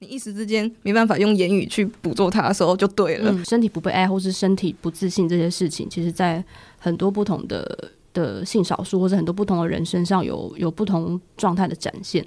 你一时之间没办法用言语去捕捉它的时候就对了。 身体不被爱或是身体不自信这些事情，其实在很多不同的性少数或者很多不同的人身上有不同状态的展现。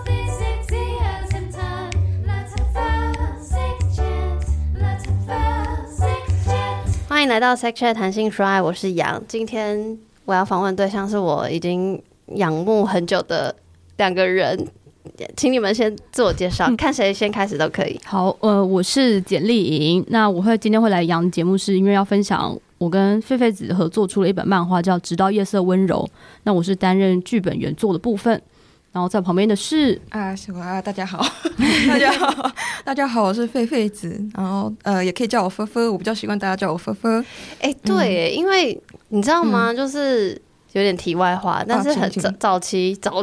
欢迎来到 Sex Chat 谈性说爱，我是杨。今天我要访问对象是我已经仰慕很久的2个人，请你们先自我介绍，看谁先开始都可以。 好，我是简丽莹。那今天会来杨节目，是因为要分享我跟狒狒子合作出了一本漫画，叫《直到夜色温柔》。那我是担任剧本原作的部分。然后在旁边的是大家好，大家好，我是狒狒子，然后也可以叫我芬芬，我比较习惯大家叫我芬芬。 对，因为你知道吗？就是有点题外话，但是很早期对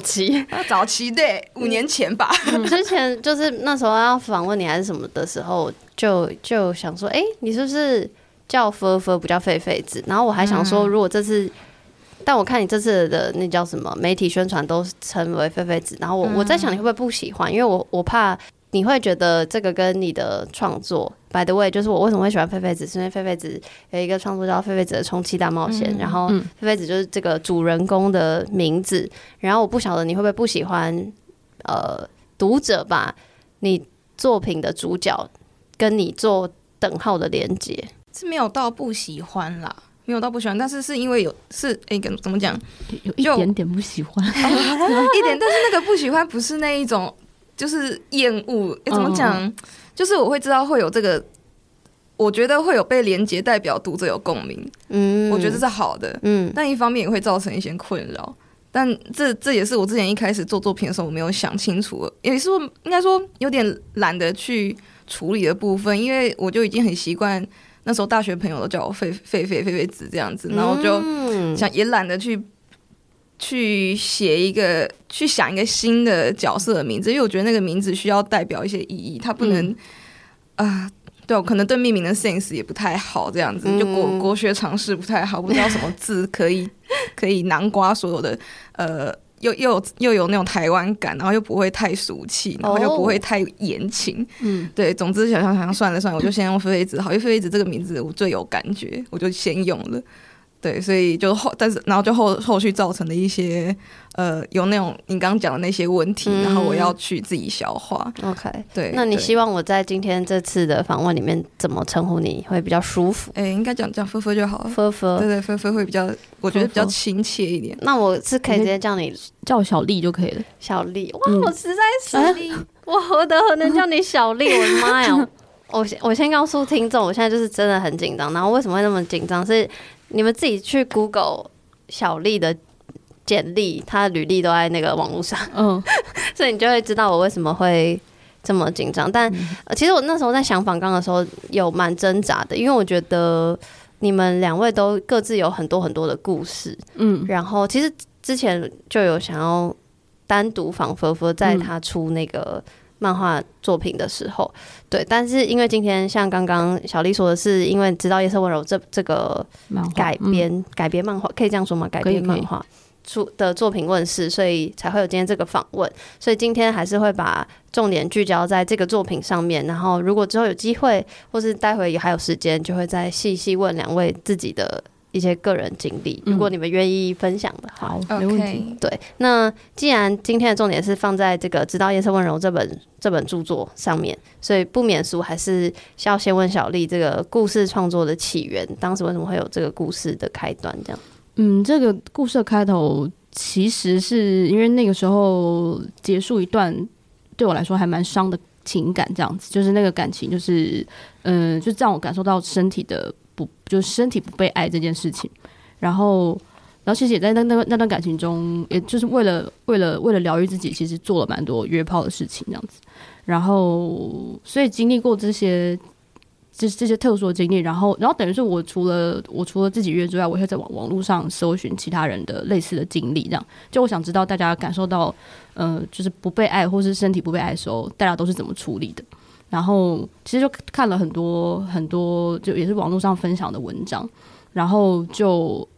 5年前吧。 之前就是那时候要访问你还是什么的时候，就想说，你是不是叫芬芬不叫狒狒子？然后我还想说，如果这次。但我看你这次的那叫什么媒体宣传都称为狒狒子，然后我在想你会不会不喜欢，因为我怕你会觉得这个跟你的创作 by the way 就是我为什么会喜欢狒狒子，是因为狒狒子有一个创作叫狒狒子的充气大冒险，然后狒狒子就是这个主人公的名字，然后我不晓得你会不会不喜欢读者把你作品的主角跟你做等号的连结。 是没有到不喜欢啦，没有到不喜欢，但是是因为怎么讲， 有一点点不喜欢， 一点，但是那个不喜欢不是那一种，就是厌恶。怎么讲？就是我会知道会有这个，我觉得会有被连结，代表读者有共鸣。我觉得这是好的。但一方面也会造成一些困扰。但这也是我之前一开始做作品的时候我没有想清楚，也是应该说有点懒得去处理的部分，因为我就已经很习惯。那时候大学朋友都叫我狒狒子这样子，然后就想也懒得去想一个新的角色的名字，因为我觉得那个名字需要代表一些意义，它不能对我可能对命名的 sense 也不太好，这样子就国学常识不太好，不知道什么字可以囊括所有的又有那种台湾感，然后又不会太俗气，然后又不会太言情。对，总之想算了，我就先用狒狒子好，因为狒狒子这个名字我最有感觉，我就先用了。对，所以然后就后续造成的一些有那种你刚刚讲的那些问题，然后我要去自己消化。 OK， 对。 那你希望我在今天这次的访问里面怎么称呼你会比较舒服？ 应该讲狒狒就好了。 狒狒， 对，狒狒会比较，我觉得比较亲切一点。 那我是可以直接叫你叫我小丽就可以了。 小丽，哇，我实在是我何德何能叫你小丽？我的妈呀！我先告诉听众，我现在就是真的很紧张。然后为什么会那么紧张？是你们自己去 Google 小丽的简历，她的履历都在那个网络上，所以你就会知道我为什么会这么紧张。但其实我那时候在想访纲的时候有蛮挣扎的，因为我觉得你们2位都各自有很多很多的故事，然后其实之前就有想要单独访狒狒，在他出那个漫画作品的时候，对，但是因为今天像刚刚小丽说的是，因为《直到夜色温柔》这个改编漫画，可以这样说吗？改编漫画出的作品问世，所以才会有今天这个访问。所以今天还是会把重点聚焦在这个作品上面，然后如果之后有机会，或是待会也还有时间，就会再细细问2位自己的一些个人经历，如果你们愿意分享的话， 没问题。 对，那既然今天的重点是放在这个《直到夜色温柔》这本著作上面，所以不免俗还是要先问小丽这个故事创作的起源，当时为什么会有这个故事的开端？这样， 这个故事的开头其实是因为那个时候结束一段对我来说还蛮伤的情感，这样子，就是那个感情，就是就让我感受到身体不被爱这件事情，然后其实也在那段感情中，也就是为了疗愈自己，其实做了蛮多约炮的事情这样子，然后所以经历过这些特殊的经历，然后等于是我除了自己约之外，我会在网络上搜寻其他人的类似的经历，这样就我想知道大家感受到就是不被爱或是身体不被爱的时候，大家都是怎么处理的。然后其实就看了很多，就也是网络上分享的文章，然后就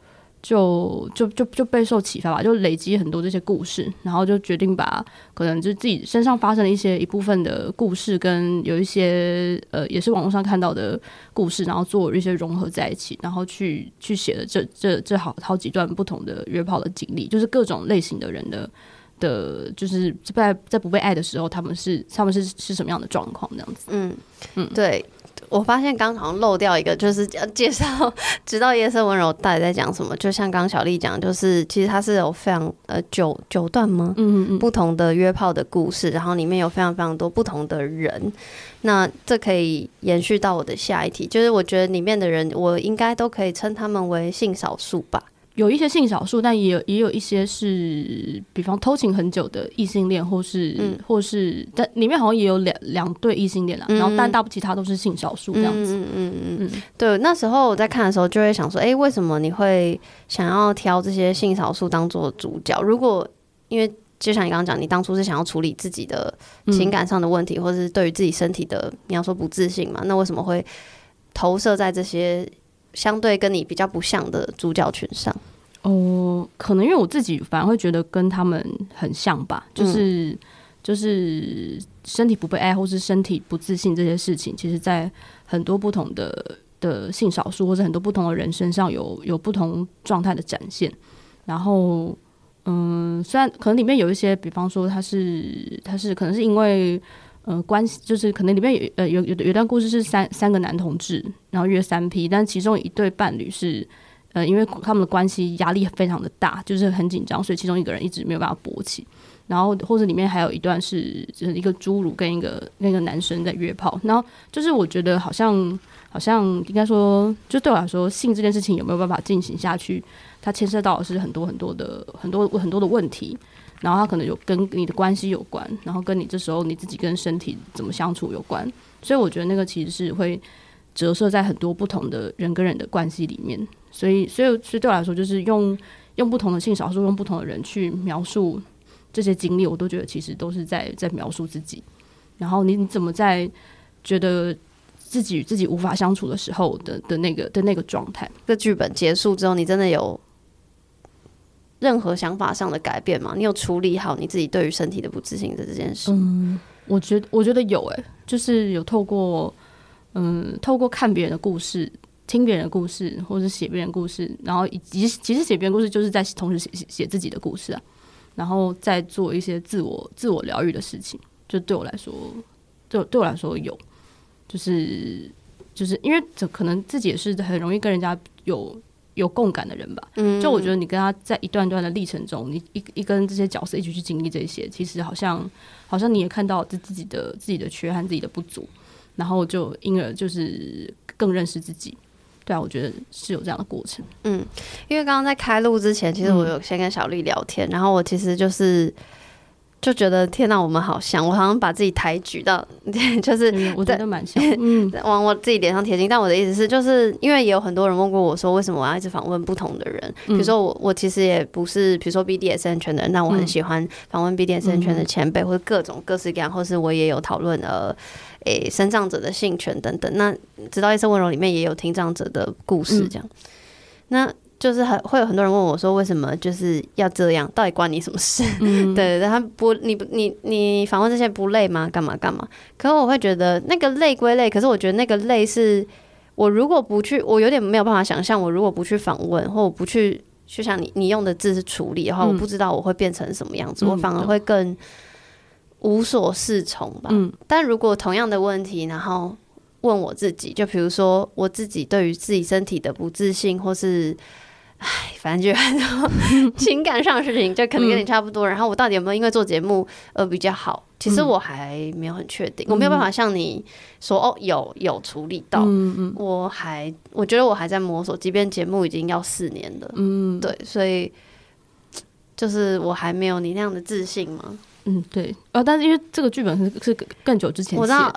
就备受启发吧，就累积很多这些故事，然后就决定把可能就自己身上发生的一部分的故事，跟有一些也是网络上看到的故事，然后做一些融合在一起，然后去写了这好几段不同的约炮的经历，就是各种类型的人的，就是在不被爱的时候，他们是什么样的状况这样子。 对。我发现刚好像漏掉一个，就是介绍直到夜色温柔到底在讲什么。就像刚小丽讲，就是其实它是有非常九段吗？不同的约炮的故事，然后里面有非常非常多不同的人。那这可以延续到我的下一题，就是我觉得里面的人，我应该都可以称他们为性少数吧。 有一些性少数，但也有一些是，比方偷情很久的异性恋，或是，但里面好像也有两对异性恋啦，然后但其他都是性少数这样子。 对，那时候我在看的时候就会想说，为什么你会想要挑这些性少数当做主角？如果因为就像你刚刚讲，你当初是想要处理自己的情感上的问题，或是对于自己身体的，你要说不自信嘛？那为什么会投射在这些相对跟你比较不像的主角群上？ 可能因为我自己反而会觉得跟他们很像吧，就是身体不被爱或是身体不自信这些事情，其实在很多不同的性少数或者很多不同的人身上有不同状态的展现。然后虽然可能里面有一些，比方说他是可能是因为关系，就是可能里面有段故事是三个男同志，然后约3P，但其中一对伴侣是因为他们的关系压力非常的大，就是很紧张，所以其中一个人一直没有办法勃起。然后或者里面还有一段是就是一个侏儒跟一个男生在约炮，然后就是我觉得好像应该说，就对我来说，性这件事情有没有办法进行下去，它牵涉到的是很多的问题。然后它可能有跟你的关系有关，然后跟你这时候你自己跟身体怎么相处有关，所以我觉得那个其实是会折射在很多不同的人跟人的关系里面。所以对我来说，就是用不同的性少数，用不同的人去描述这些经历，我都觉得其实都是在描述自己。然后你怎么在觉得自己与自己无法相处的时候的那个状态？ 这剧本结束之后，你真的有任何想法上的改变吗？你有处理好你自己对于身体的不自信的这件事？ 我觉得有就是有透过看别人的故事，听别人的故事，或者写别人的故事，然后其实写别人的故事就是在同时写自己的故事啊，然后再做一些自我疗愈的事情。就对我来说有，就是因为可能自己也是很容易跟人家有共感的人吧。就我觉得你跟他在一段段的历程中，你一跟这些角色一起去经历这些，其实好像你也看到自己的缺憾，自己的不足，然后就因而就是更认识自己。对啊，我觉得是有这样的过程。 因为刚刚在开录之前，其实我有先跟小丽聊天，然后我其实就觉得天哪，我们好像，我好像把自己抬举到，就是我觉得蛮像， 往我自己脸上贴金。但我的意思是，就是因为也有很多人问过我说，为什么我要一直访问不同的人？比如说我其实也不是，比如说 BDSM 圈的人，但我很喜欢访问 BDSM 圈的前辈，或者各种各式各样，或是我也有讨论身障者的性权等等。那直到夜色温柔里面也有听障者的故事，这样。那就是会有很多人问我说，为什么就是要这样？到底关你什么事？对，他不，你访问这些不累吗？干嘛？可是我会觉得那个累归累，可是我觉得那个累是我如果不去，我有点没有办法想象，我如果不去访问，或我不去，就像你用的字是处理的话，我不知道我会变成什么样子，我反而会更无所适从吧。但如果同样的问题，然后问我自己，就比如说我自己对于自己身体的不自信，或是反正就很多情感上的事情，就可能跟你差不多。然后我到底有没有因为做节目比较好？其实我还没有很确定，我没有办法像你说有处理到。我觉得我还在摸索，即便节目已经要4年了。对，所以就是我还没有你那样的自信嘛。 对，但是因为这个剧本是更久之前写的， 我知道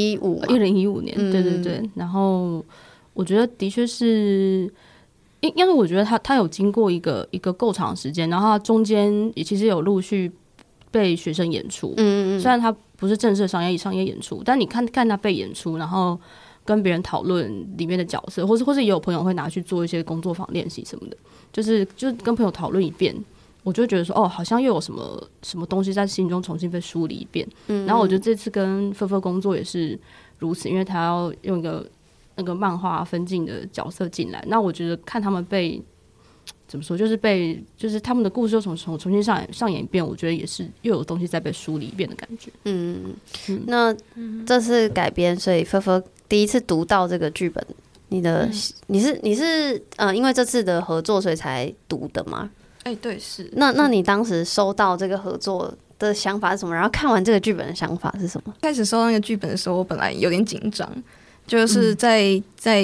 2015 年，对。然后我觉得的确是。因为我觉得他有经过一个够长的时间，然后他中间也其实有陆续被学生演出，虽然他不是正式的商业演出，但你看他被演出，然后跟别人讨论里面的角色，或是也有朋友会拿去做一些工作坊练习什么的，就是跟朋友讨论一遍，我就会觉得说好像又有什么东西在心中重新被梳理一遍。然后我觉得这次跟芬芬工作也是如此，因为他要用一个那个漫画分镜的角色进来，那我觉得看他们被怎么说，就是他们的故事又重新上演一遍，我觉得也是又有东西在被梳理一遍的感觉。 那这次改编，所以芬芬第一次读到这个剧本，你是因为这次的合作所以才读的吗？ 对，是。 那你当时收到这个合作的想法是什么？然后看完这个剧本的想法是什么？ 开始收到那个剧本的时候，我本来有点紧张，就是在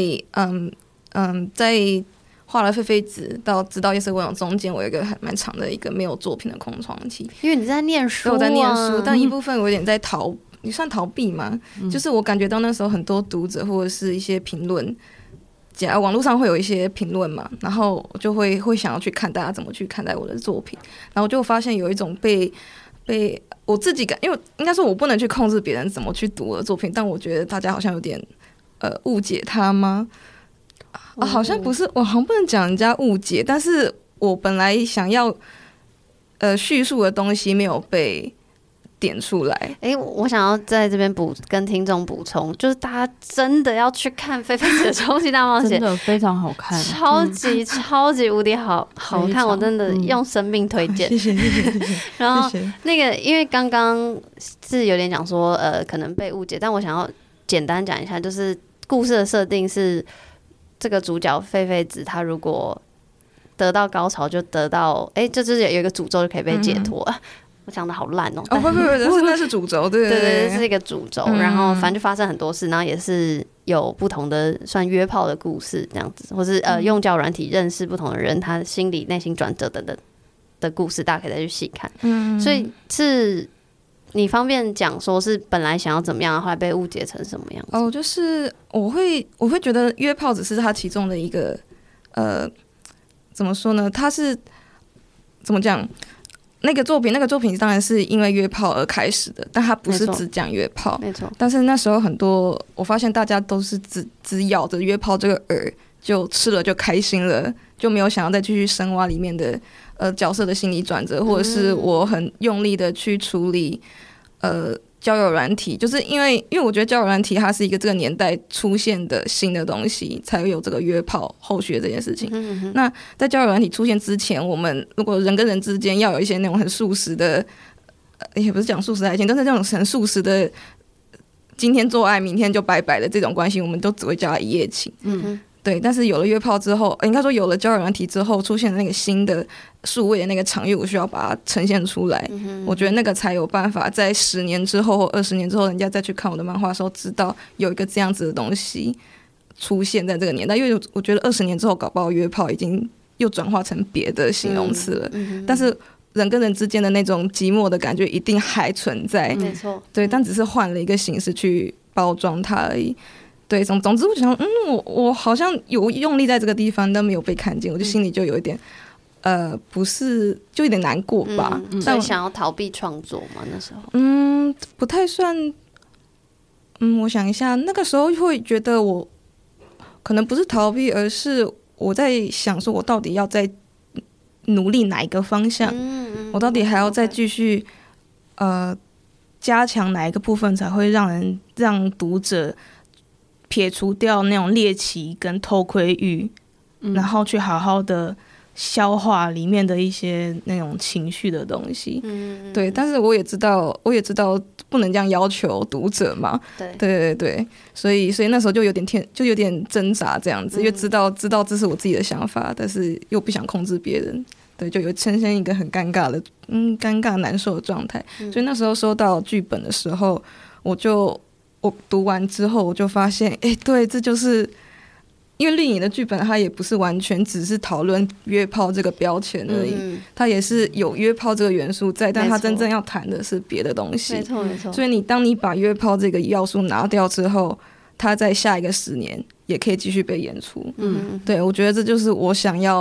画了狒狒子到知道夜色微涌中间，我有一个还蛮长的一个没有作品的空窗期， 因为你在念书， 我在念书，但一部分我有点在你算逃避吗？就是我感觉到那时候很多读者或者是一些评论，网络上会有一些评论嘛，然后我就会想要去看大家怎么去看待我的作品，然后就发现有一种被我自己因为应该说我不能去控制别人怎么去读我的作品，但我觉得大家好像有点误解它吗？好像不是，我好像不能讲人家误解，但是我本来想要叙述的东西没有被点出来。 我想要在这边跟听众补充，就是大家真的要去看狒狒子的超级大冒险， 真的非常好看， 超级无敌好看，我真的用生命推荐。 谢谢。 然后那个，因为刚刚是有点讲说可能被误解，但我想要简单讲一下，就是故事的设定是这个主角狒狒子，他如果得到高潮就得到就是有一个诅咒就可以被解脱。我讲的好烂哦！ 不，那是主轴，对， 这是一个主轴。然后反正就发生很多事，然后也是有不同的算约炮的故事这样子，或是用交友软体认识不同的人，他心理内心转折等等的故事，大家可以再去细看。所以是你方便讲说是本来想要怎么样，后来被误解成什么样子？ 就是我会觉得约炮只是他其中的一个怎么说呢？他是怎么讲？那个作品当然是因为约炮而开始的，但它不是只讲约炮， 没错。 但是那时候很多，我发现大家都是只咬着约炮这个饵，就吃了就开心了，就没有想要再继续深挖里面的角色的心理转折，或者是我很用力的去处理交友软体，就是因为我觉得交友软体它是一个这个年代出现的新的东西，才会有这个约炮后续的这件事情。那在交友软体出现之前，我们如果人跟人之间要有一些那种很速食的，也不是讲速食爱情，但是这种很速食的，今天做爱明天就拜拜的这种关系，我们都只会叫它一夜情。对，但是有了约炮之后，应该说有了交友软体之后，出现了那个新的数位的那个场域，我需要把它呈现出来。我觉得那个才有办法在10年之后或20年之后，人家再去看我的漫画的时候，知道有一个这样子的东西出现在这个年代。因为我觉得20年之后，搞不好约炮已经又转化成别的形容词了。但是人跟人之间的那种寂寞的感觉一定还存在。 没错， 对，但只是换了一个形式去包装它而已。对，总之我想，我好像有用力在这个地方，但没有被看见，我就心里就有一点，不是，就有点难过吧。 所以想要逃避创作嘛，那时候。 不太算。我想一下，那个时候会觉得我可能不是逃避，而是我在想说，我到底要再努力哪一个方向？我到底还要再继续加强哪一个部分，才会让读者撇除掉那种猎奇跟偷窥欲，然后去好好的消化里面的一些那种情绪的东西。对，但是我也知道不能这样要求读者嘛。对，所以那时候就有点挣扎这样子，因为知道这是我自己的想法，但是又不想控制别人。对，就有呈现一个很尴尬难受的状态。所以那时候收到剧本的时候，我读完之后，我就发现，对，这就是因为丽颖的剧本，它也不是完全只是讨论约炮这个标签而已，它也是有约炮这个元素在，但它真正要谈的是别的东西。 没错。 所以当你把约炮这个要素拿掉之后，它在下一个10年也可以继续被演出。对，我觉得这就是我想要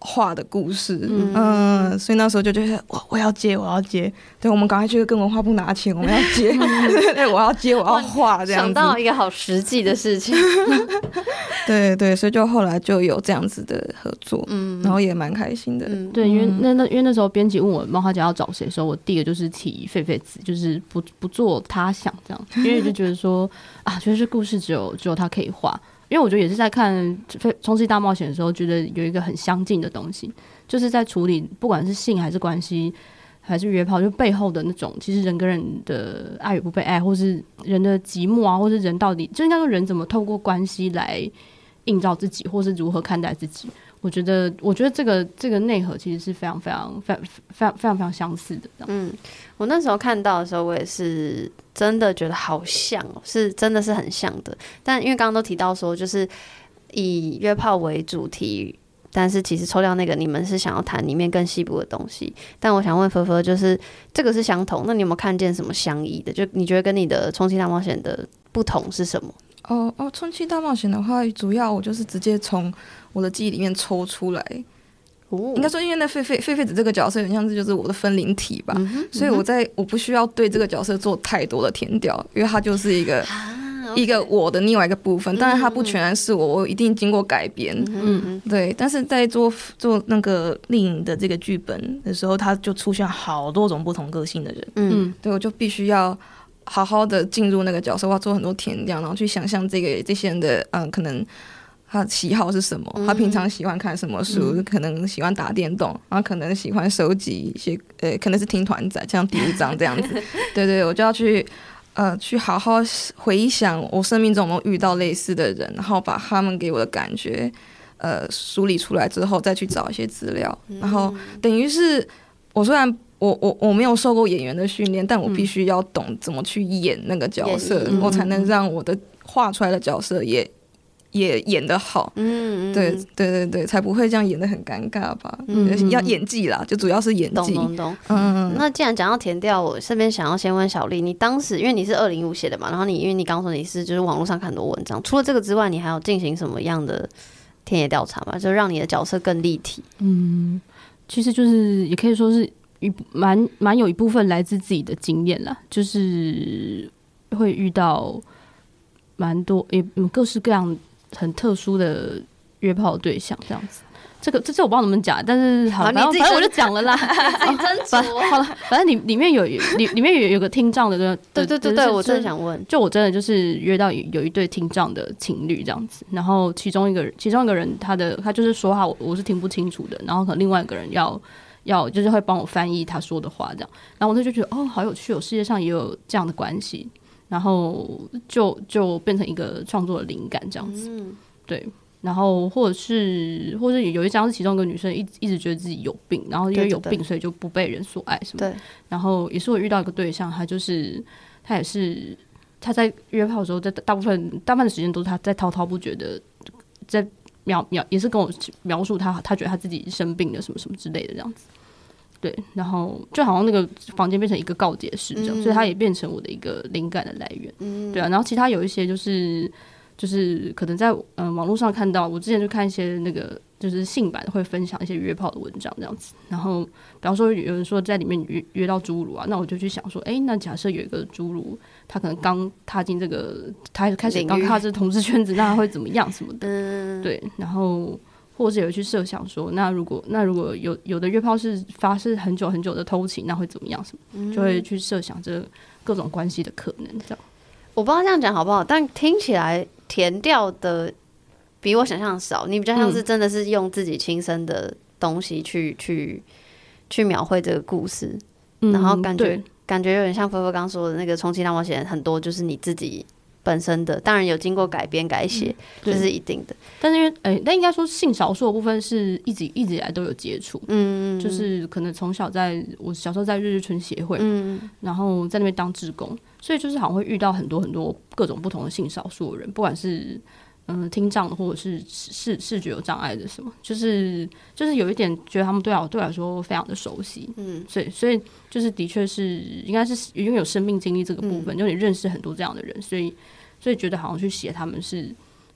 画的故事，所以那时候就觉得我要接，对，我们赶快去跟文化部拿钱，我们要接，对，我要接，我要画，这样子。 想到一个好实际的事情， 对对，所以就后来就有这样子的合作，然后也蛮开心的。 对，因为那时候编辑问我漫画家要找谁的时候，我第一个就是提狒狒子，就是不做他想这样，因为就觉得说啊，觉得这故事只有他可以画。因为我觉得也是在看《冲击大冒险》的时候，觉得有一个很相近的东西，就是在处理不管是性还是关系还是约炮，就背后的那种，其实人跟人的爱与不被爱，或是人的寂寞啊，或是人到底就应该说人怎么透过关系来映照自己，或是如何看待自己。我觉得这个内核其实是非常相似的。 我那时候看到的时候，我也是真的觉得好像是真的是很像的。但因为刚刚都提到说，就是以约炮为主题，但是其实抽掉那个，你们是想要谈里面更细部的东西。但我想问佛佛，就是这个是相同，那你有没有看见什么相异的？就你觉得跟你的《冲击大冒险》的不同是什么？ 冲击大冒险的话，主要我就是直接从我的记忆里面抽出来。应该说，因为那狒狒子这个角色，有点像是就是我的分灵体吧，所以我不需要对这个角色做太多的填调，因为它就是一个我的另外一个部分。当然，它不全然是我一定经过改编，对。但是在做那个丽颖的这个剧本的时候，它就出现好多种不同个性的人，对，我就必须要好好的进入那个角色，我要做很多填调，然后去想象这些人的可能他喜好是什么，他平常喜欢看什么书，可能喜欢打电动，然后可能喜欢收集一些可能是听团仔，像第5章这样子。对对，我就要去好好回想我生命中有没有遇到类似的人，然后把他们给我的感觉梳理出来之后，再去找一些资料，然后等于是我虽然我没有受过演员的训练，但我必须要懂怎么去演那个角色，我才能让我的画出来的角色也演得好，对对对对，才不会这样演得很尴尬吧？要演技啦，就主要是演技。 懂。那既然讲到填调，我这边想要先问小丽，你当时因为你是2015写的嘛，然后因为你刚刚说你是就是网络上看很多文章，除了这个之外，你还有进行什么样的田野调查吗？就让你的角色更立体？ 其实就是也可以说是蛮有一部分来自自己的经验啦，就是会遇到蛮多各式各样很特殊的约炮对象这样子。这我不知道怎么讲，但是好，反正我就讲了啦。好了，反正里面有个听障的， 对，我真的想问， 就我真的就是约到有一对听障的情侣这样子，然后其中一个人他就是说话我是听不清楚的，然后可能另外一个人要就是会帮我翻译他说的话这样，然后我就觉得好有趣，世界上也有这样的关系，然后就变成一个创作的灵感这样子，对。然后或者有一张是其中一个女生一直觉得自己有病，然后因为有病所以就不被人所爱什么的。然后也是我遇到一个对象，他也是他在约炮的时候，在大部分的时间都是他在滔滔不绝的在也是跟我描述他觉得他自己生病了什么什么之类的这样子。对，然后就好像那个房间变成一个告解室这样，所以它也变成我的一个灵感的来源。对啊，然后其他有一些就是可能在网络上看到，我之前就看一些那个就是性版会分享一些约炮的文章这样子，然后比方说有人说在里面约到侏儒啊，那我就去想说，那假设有一个侏儒，他可能刚踏进这个，他开始刚踏进同志圈子，那他会怎么样什么的？对，然后或者有去设想说，那如果有的约炮是很久很久的偷情，那会怎么样？什么就会去设想这各种关系的可能这样。 我不知道这样讲好不好，但听起来填调的比我想象少，你比较像是真的是用自己亲身的东西去描绘这个故事，然后感觉有点像菲菲刚说的那个充气大冒险，很多就是你自己本身的，当然有经过改编改写，这是一定的。但是因为但应该说性少数的部分是一直以来都有接触，就是可能从小我小时候在日日春协会，然后在那边当志工，所以就是好像会遇到很多很多各种不同的性少数的人，不管是听障的或者是视觉有障碍的什么，就是有一点觉得他们对我来说非常的熟悉，所以就是的确是应该是拥有生命经历这个部分，就你认识很多这样的人，所以觉得好像去写他们是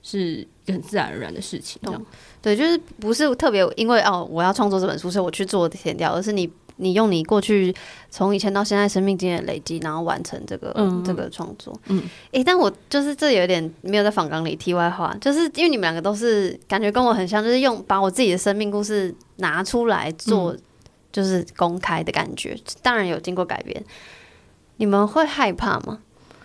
是一个很自然而然的事情。这样对，就是不是特别因为我要创作这本书，所以我去做填调，而是你用你过去从以前到现在生命经验累积，然后完成这个创作。但我就是这有点没有在访纲里。题外话，就是因为你们两个都是感觉跟我很像，就是把我自己的生命故事拿出来做，就是公开的感觉。当然有经过改编，你们会害怕吗？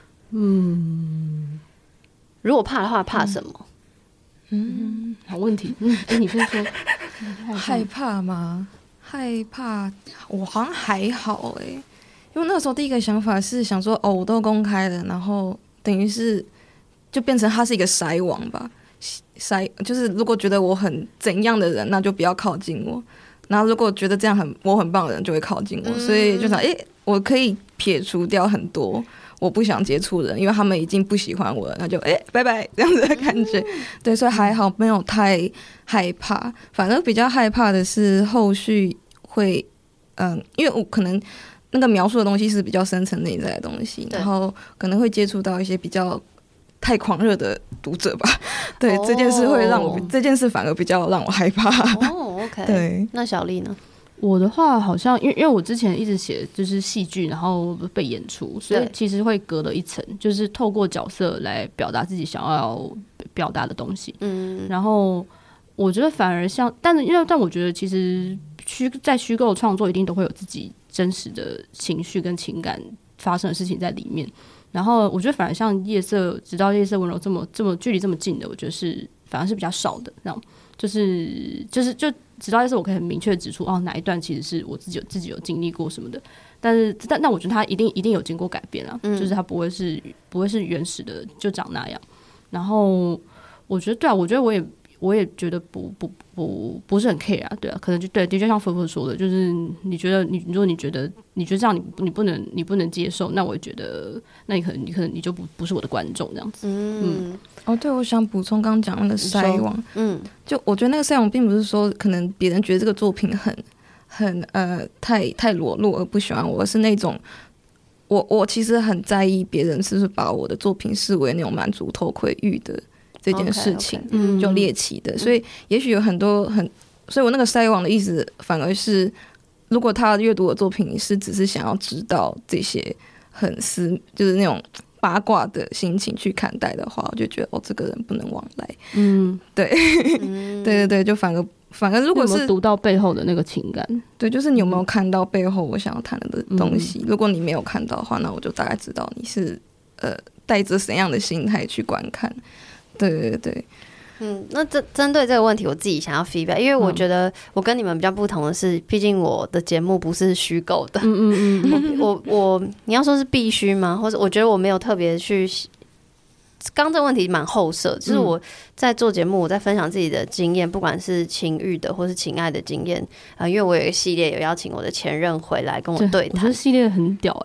如果怕的话，怕什么？ 好问题。你先说。 害怕吗？害怕，我好像还好因为那时候第一个想法是想说，我都公开了，然后等于是就变成它是一个筛网吧，就是如果觉得我很怎样的人，那就不要靠近我，然后如果觉得这样我很棒的人就会靠近我，所以就想，我可以撇除掉很多我不想接触的人，因为他们已经不喜欢我了，那就拜拜这样子的感觉。对，所以还好没有太害怕，反而比较害怕的是后续会，因为我可能那个描述的东西是比较深层内在的东西，然后可能会接触到一些比较太狂热的读者吧。对，这件事反而比较让我害怕。 OK。 对， 那小丽呢？ 我的话好像因为我之前一直写就是戏剧，然后被演出，所以其实会隔了一层，就是透过角色来表达自己想要表达的东西。然后我觉得反而像，但我觉得其实在虚构创作一定都会有自己真实的情绪跟情感发生的事情在里面。然后我觉得反而像直到夜色温柔这么距离这么近的，我觉得反而是比较少的，这样就直到我可以很明确指出哪一段其实是我自己有经历过什么的，但我觉得它一定有经过改变啦，就是它不会是原始的就长那样。然后我觉得我觉得我也觉得不是很 care 啊，对啊，可能的确像芬芬说的，就是你觉得如果你觉得这样你不能接受，那我觉得那你可能你就不是我的观众这样子。 对，我想补充刚刚讲那个筛网，就我觉得那个筛网并不是说可能别人觉得这个作品很太裸露而不喜欢我，而是那种我其实很在意别人是不是把我的作品视为那种满足偷窥欲的这件事情，就猎奇的，所以也许有很多所以我那个筛网的意思反而是，如果他阅读的作品只是想要知道这些就是那种八卦的心情去看待的话，我就觉得这个人不能往来。对，对，就反而如果是有没有读到背后的那个情感， 对，就是你有没有看到背后我想要谈的东西。如果你没有看到的话，那我就大概知道你是带着怎样的心态去观看。对。 那针对这个问题，我自己想要 feedback， 因为我觉得我跟你们比较不同的是，毕竟我的节目不是虚构的。你要说是必须吗？或者我觉得我没有特别去。刚这个问题蛮后设，就是我在做节目，我在分享自己的经验，不管是情欲的或是情爱的经验因为我有一个系列有邀请我的前任回来跟我对谈， 我觉得系列很屌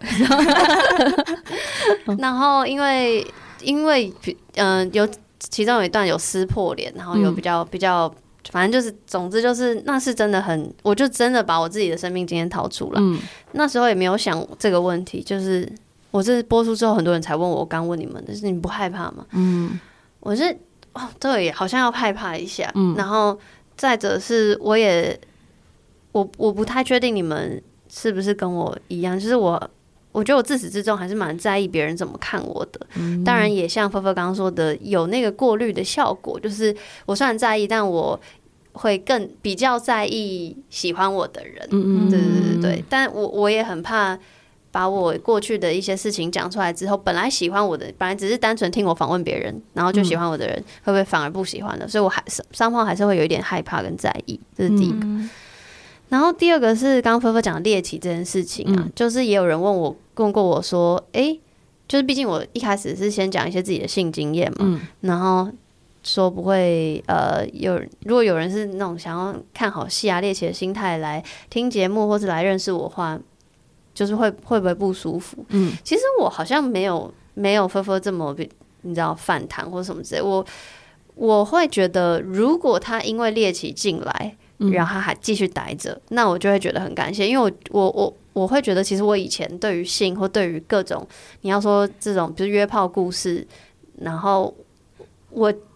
然后因为有其中有一段有撕破脸，然后有比较，反正就是总之就是那是真的我就真的把我自己的生命经验掏出来。那时候也没有想这个问题，就是我这播出之后，很多人才问我刚问你们的是你不害怕吗？我是对，好像要害怕一下。然后再者是我不太确定你们是不是跟我一样，就是我觉得我自始至终还是蛮在意别人怎么看我的。当然也像芬芬刚刚说的，有那个过滤的效果，就是我虽然在意，但我会比较在意喜欢我的人。对。但我也很怕把我过去的一些事情讲出来之后，本来喜欢我的，本来只是单纯听我访问别人，然后就喜欢我的人，会不会反而不喜欢了？所以我双方还是会有一点害怕跟在意，这是第一个。然后第二个是刚刚芬芬讲猎奇这件事情就是也有人问过我说，就是毕竟我一开始是先讲一些自己的性经验嘛，然后说不会如果有人是那种想要看好戏猎奇的心态来听节目或是来认识我的话，就是会不会不舒服？其实我好像没有芬芬这么你知道反弹或什么之类，我会觉得如果他因为猎奇进来然后他还继续待着，那我就会觉得很感谢，因为我会觉得其实我以前对于性或对于各种你要说这种就是约炮故事，然后我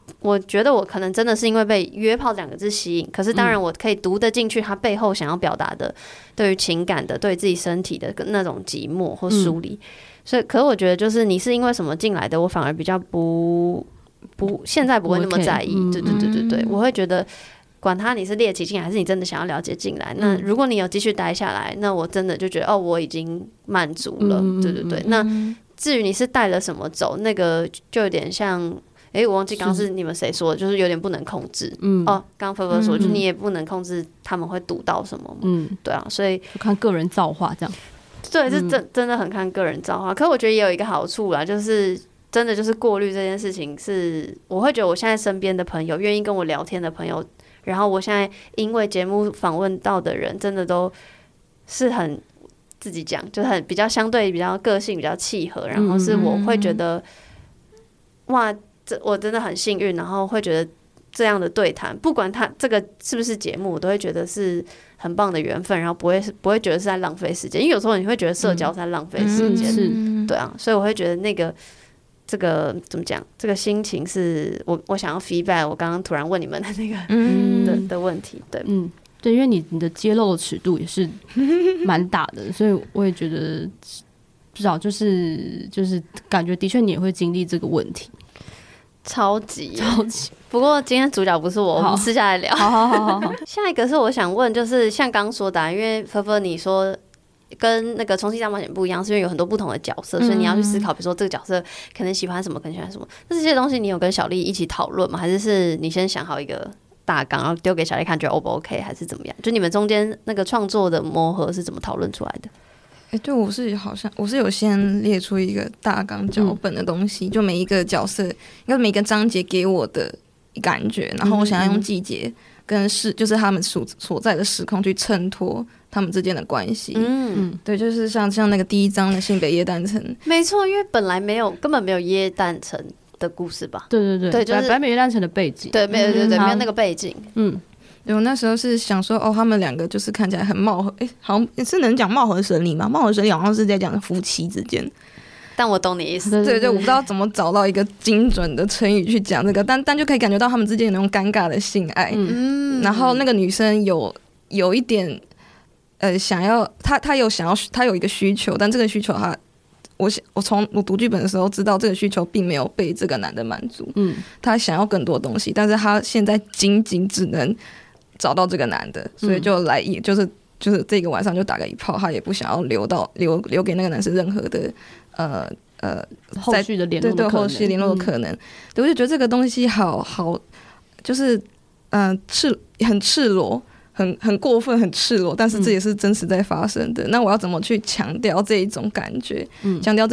我觉得我可能真的是因为被约炮2个字吸引，可是当然我可以读得进去他背后想要表达的对于情感的、对自己身体的那种寂寞或疏离。所以，可是我觉得就是你是因为什么进来的，我反而比较现在不会那么在意。对对对对对，我会觉得。管他你是猎奇进来还是你真的想要了解进来，那如果你有继续待下来，那我真的就觉得我已经满足了。对对对，那至于你是带了什么走，那个就有点像，我忘记刚刚是你们谁说的，就是有点不能控制。刚刚芬芬说，就你也不能控制他们会读到什么。对啊，所以就看个人造化这样。 对，是真的很看个人造化。可是我觉得也有一个好处啦，就是真的就是过滤这件事情是，我会觉得我现在身边的朋友，愿意跟我聊天的朋友。然后我现在因为节目访问到的人，真的都是很自己讲，就很比较相对比较个性比较契合，然后是我会觉得哇，我真的很幸运，然后会觉得这样的对谈，不管他这个是不是节目，我都会觉得是很棒的缘分，然后不会觉得是在浪费时间，因为有时候你会觉得社交是在浪费时间，对啊，所以我会觉得那个。这个怎么讲？这个心情是我想要 feedback。我刚刚突然问你们的那个的问题，对， 对，因为你的揭露的尺度也是蛮大的，所以我也觉得至少就是感觉的确你也会经历这个问题， 超级。不过今天主角不是我们私下来聊。好。下一个是我想问，就是像刚刚说的，因为芬芬你说。跟那个重启大冒险不一样，是因为有很多不同的角色，所以你要去思考，比如说这个角色可能喜欢什么，可能喜欢什么。那这些东西你有跟小丽一起讨论吗？还是你先想好一个大纲，然后丢给小丽看，觉得 O 不 OK， 还是怎么样？就你们中间那个创作的磨合是怎么讨论出来的？ 对，我是有先列出一个大纲脚本的东西，就每一个角色，应该每个章节给我的感觉，然后我想要用季节跟就是他们所在的时空去衬托。他们之间的关系，对，就是像那个第1章的新北耶诞城， 没错，因为本来根本没有耶诞城的故事吧？ 对，就是白美耶诞城的背景， 对，没有那个背景， 对，我那时候是想说，他们2个就是看起来很貌合，好像也是能讲貌合神离嘛？貌合神离好像是在讲夫妻之间， 但我懂你意思， 对，我不知道怎么找到一个精准的成语去讲这个，但就可以感觉到他们之间有那种尴尬的性爱，然后那个女生有一点。想要他有一个需求，但这个需求我从我读剧本的时候知道这个需求并没有被这个男的满足，他想要更多东西，但是他现在仅只能找到这个男的，所以就就是这个晚上就打个一炮，他也不想要留给那个男生任何的后续的联络的可能， 后续联络的可能，对，我就觉得这个东西好就是很赤裸。很过分，很赤裸，但是这也是真实在发生的。那我要怎么去强调这一种感觉？强调这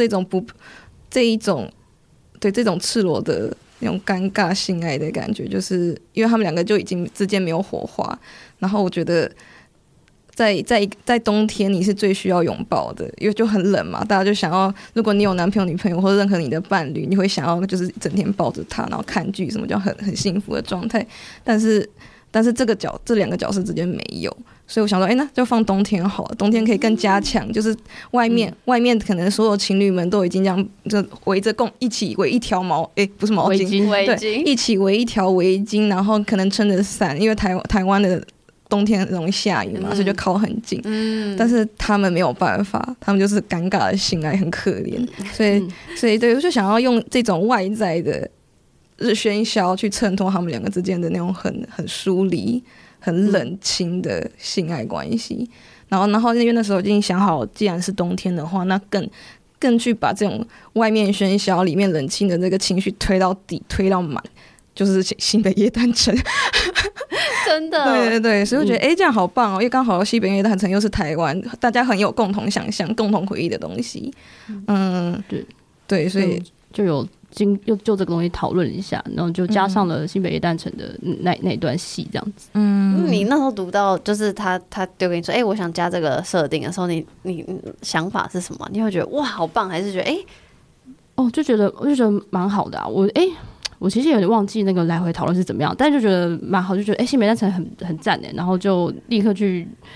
种赤裸的那种尴尬性爱的感觉，就是因为他们2个就已经之间没有火花。然后我觉得在冬天你是最需要拥抱的，因为就很冷嘛，大家就想要，如果你有男朋友、女朋友或者任何你的伴侣，你会想要就是整天抱着他，然后看剧什么，就很幸福的状态。但是这2个角色之间没有，所以我想说，那就放冬天好了。冬天可以更加强，就是外面可能所有情侣们都已经这样就围着一起围一条不是毛巾，对，一起围一条围巾，然后可能撑着伞，因为台湾的冬天容易下雨嘛，所以就靠很近。但是他们没有办法，他们就是尴尬的性爱，很可怜。所以对，我就想要用这种外在的。喧嚣去衬托他们2个之间的那种很疏离、很冷清的性爱关系。然后因为那时候已经想好，既然是冬天的话，那更去把这种外面喧嚣、里面冷清的这个情绪推到底、推到满，就是新北耶诞城。 真的，对，所以我觉得这样好棒哦，因为刚好西北耶诞城又是台湾，大家很有共同想象、共同回忆的东西。对，所以就有。又就这个东西讨论一下，然后就加上了新北耶诞城的那段戏这样子。 你那时候读到就是他丢给你说，我想加这个设定的时候，你想法是什么？你会觉得哇好棒，还是觉得我就觉得蛮好的啊。我其实有点忘记那个来回讨论是怎么样，但就觉得蛮好，就觉得新北耶诞城很赞然后就立刻去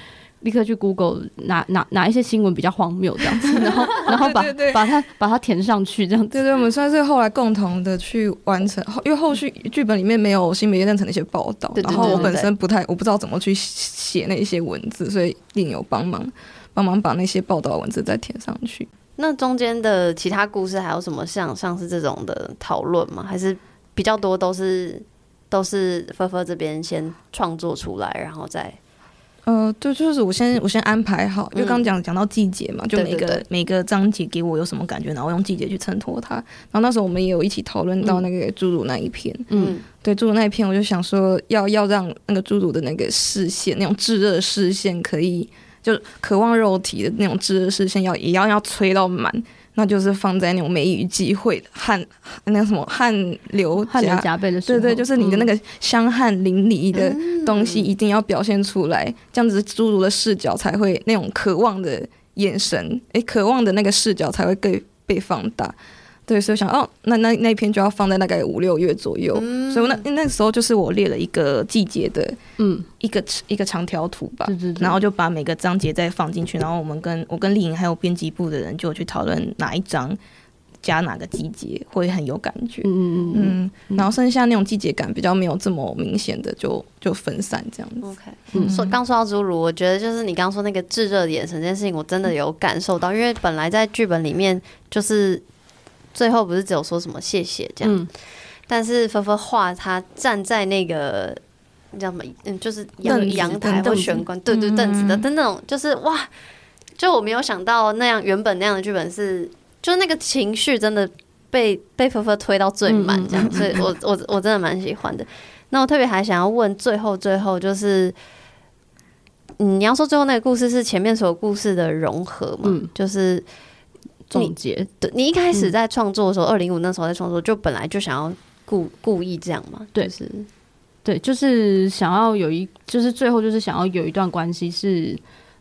立刻去 Google 哪一些新闻比较荒谬这样子，然后把它填上去这样子。 对对，我们算是后来共同的去完成，因为后续剧本里面没有新北夜诞城的一些报道，然后我本身我不知道怎么去写那些文字，所以另有帮忙把那些报道文字再填上去。 那中间的其他故事还有什么像是这种的讨论吗？还是比较多都是芬芬这边先创作出来，然后再对，就是我先安排好，因为刚刚讲到季节嘛，就每个章节给我有什么感觉，然后用季节去衬托它。然后那时候我们也有一起讨论到那个侏儒那一篇，对，侏儒那一篇，我就想说要让那个侏儒的那个视线，那种炙热的视线可以。就渴望肉体的那种炙热视线也要吹到满，那就是放在那种梅雨季会那个什么汗流浃背的时候，对对，就是你的那个香汗淋漓的东西一定要表现出来，这样子侏儒的视角才会那种渴望的眼神，渴望的那个视角才会被放大。对，所以我想那篇就要放在大概5-6月左右，所以那个时候就是我列了一个季节的一个长条图吧，然后就把每个章节再放进去，然后我跟丽颖还有编辑部的人就去讨论哪一章加哪个季节会很有感觉，然后剩下那种季节感比较没有这么明显的就分散这样子。 OK，刚说到侏儒，我觉得就是你刚刚说那个炙热的眼神这件事情，我真的有感受到，因为本来在剧本里面就是最后不是只有说什么谢谢这样，但是芬芬画他站在那个叫什么，就是阳台或玄关，对凳子的那种，就是哇，就我没有想到那样原本那样的剧本是，就那个情绪真的被芬芬推到最满这样，所以我真的蛮喜欢的。那我特别还想要问最后就是，你要说最后那个故事是前面所有故事的融合嘛？就是总结。 你一开始在创作的时候，2015那时候在创作，就本来就想要故意这样嘛？ 对，对，就是想要就是最后就是想要有一段关系是，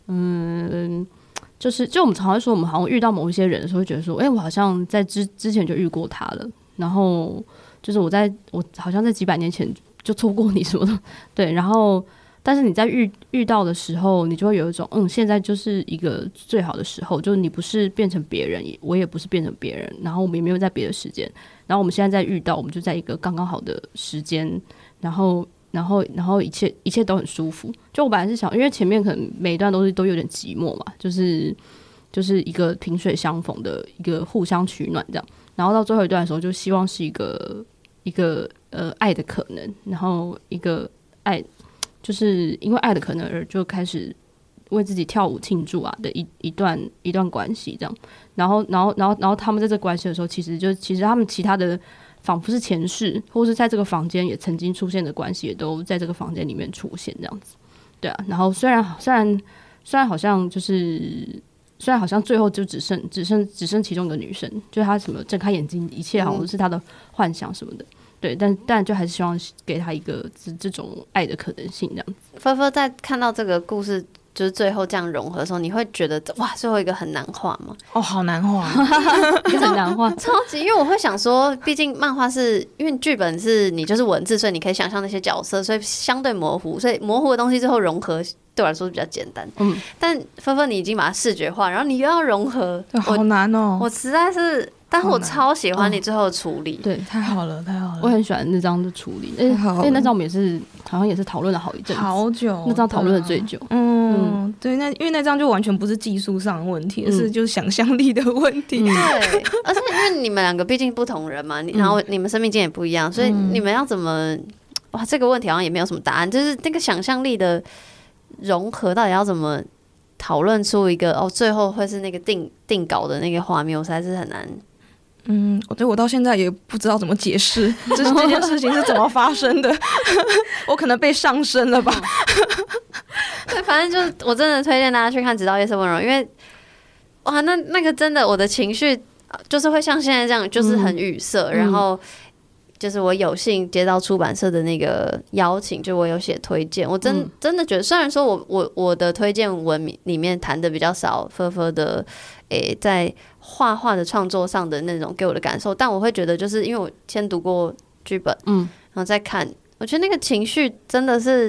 就我们常会说，我们好像遇到某一些人的时候，会觉得说，我好像在之前就遇过他了，然后就是我好像在几百年前就错过你什么的，对，然后但是你在遇到的时候，你就会有一种现在就是一个最好的时候，就是你不是变成别人，我也不是变成别人，然后我们也没有在别的时间，然后我们现在在遇到，我们就在一个刚刚好的时间，然后一切都很舒服。就我本来是想，因为前面可能每一段都有点寂寞嘛，就是一个萍水相逢的一个互相取暖这样，然后到最后一段的时候，就希望是一个爱的可能，然后一个爱。就是因为爱的可能而就开始为自己跳舞庆祝啊的一段关系这样，然后他们在这个关系的时候，其实他们其他的仿佛是前世，或是在这个房间也曾经出现的关系，也都在这个房间里面出现这样子，对啊。然后虽然好像最后就只剩其中一个女生，就是她什么睁开眼睛，一切好像是她的幻想什么的。对，但就还是希望给他一个这种爱的可能性，这样子。 芬芬在看到这个故事就是最后这样融合的时候，你会觉得哇，最后一个很难画吗？ 好难画， 很难画， 超级。因为我会想说，毕竟漫画是因为剧本是你就是文字，所以你可以想象那些角色，所以相对模糊，所以模糊的东西最后融合对我来说是比较简单。但芬芬你已经把它视觉化，然后你又要融合， 好难哦。 我实在是。但是我超喜欢你最后的处理， 对， 太好了， 我很喜欢那张的处理，因为那张我们好像也是讨论了好一阵子， 好久， 那张讨论的最久。 对，因为那张就完全不是技术上的问题，而是就是想象力的问题。 对，而且因为你们两个毕竟不同人嘛，然后你们生命经验也不一样，所以你们要怎么？哇，这个问题好像也没有什么答案，就是那个想象力的融合到底要怎么讨论出一个最后会是那个定稿的那个画面，我实在是很难。 我到现在也不知道怎么解释这件事情是怎么发生的，我可能被上身了吧。 对，反正就我真的推荐大家去看《直到夜色温柔》，因为哇，那个真的我的情绪就是会像现在这样，就是很语塞，然后就是我有幸接到出版社的那个邀请，就我有写推荐，我真的觉得，虽然说我的推荐文里面谈的比较少，芬芬的在画画的创作上的那种给我的感受，但我会觉得就是因为我先读过剧本，然后再看，我觉得那个情绪真的是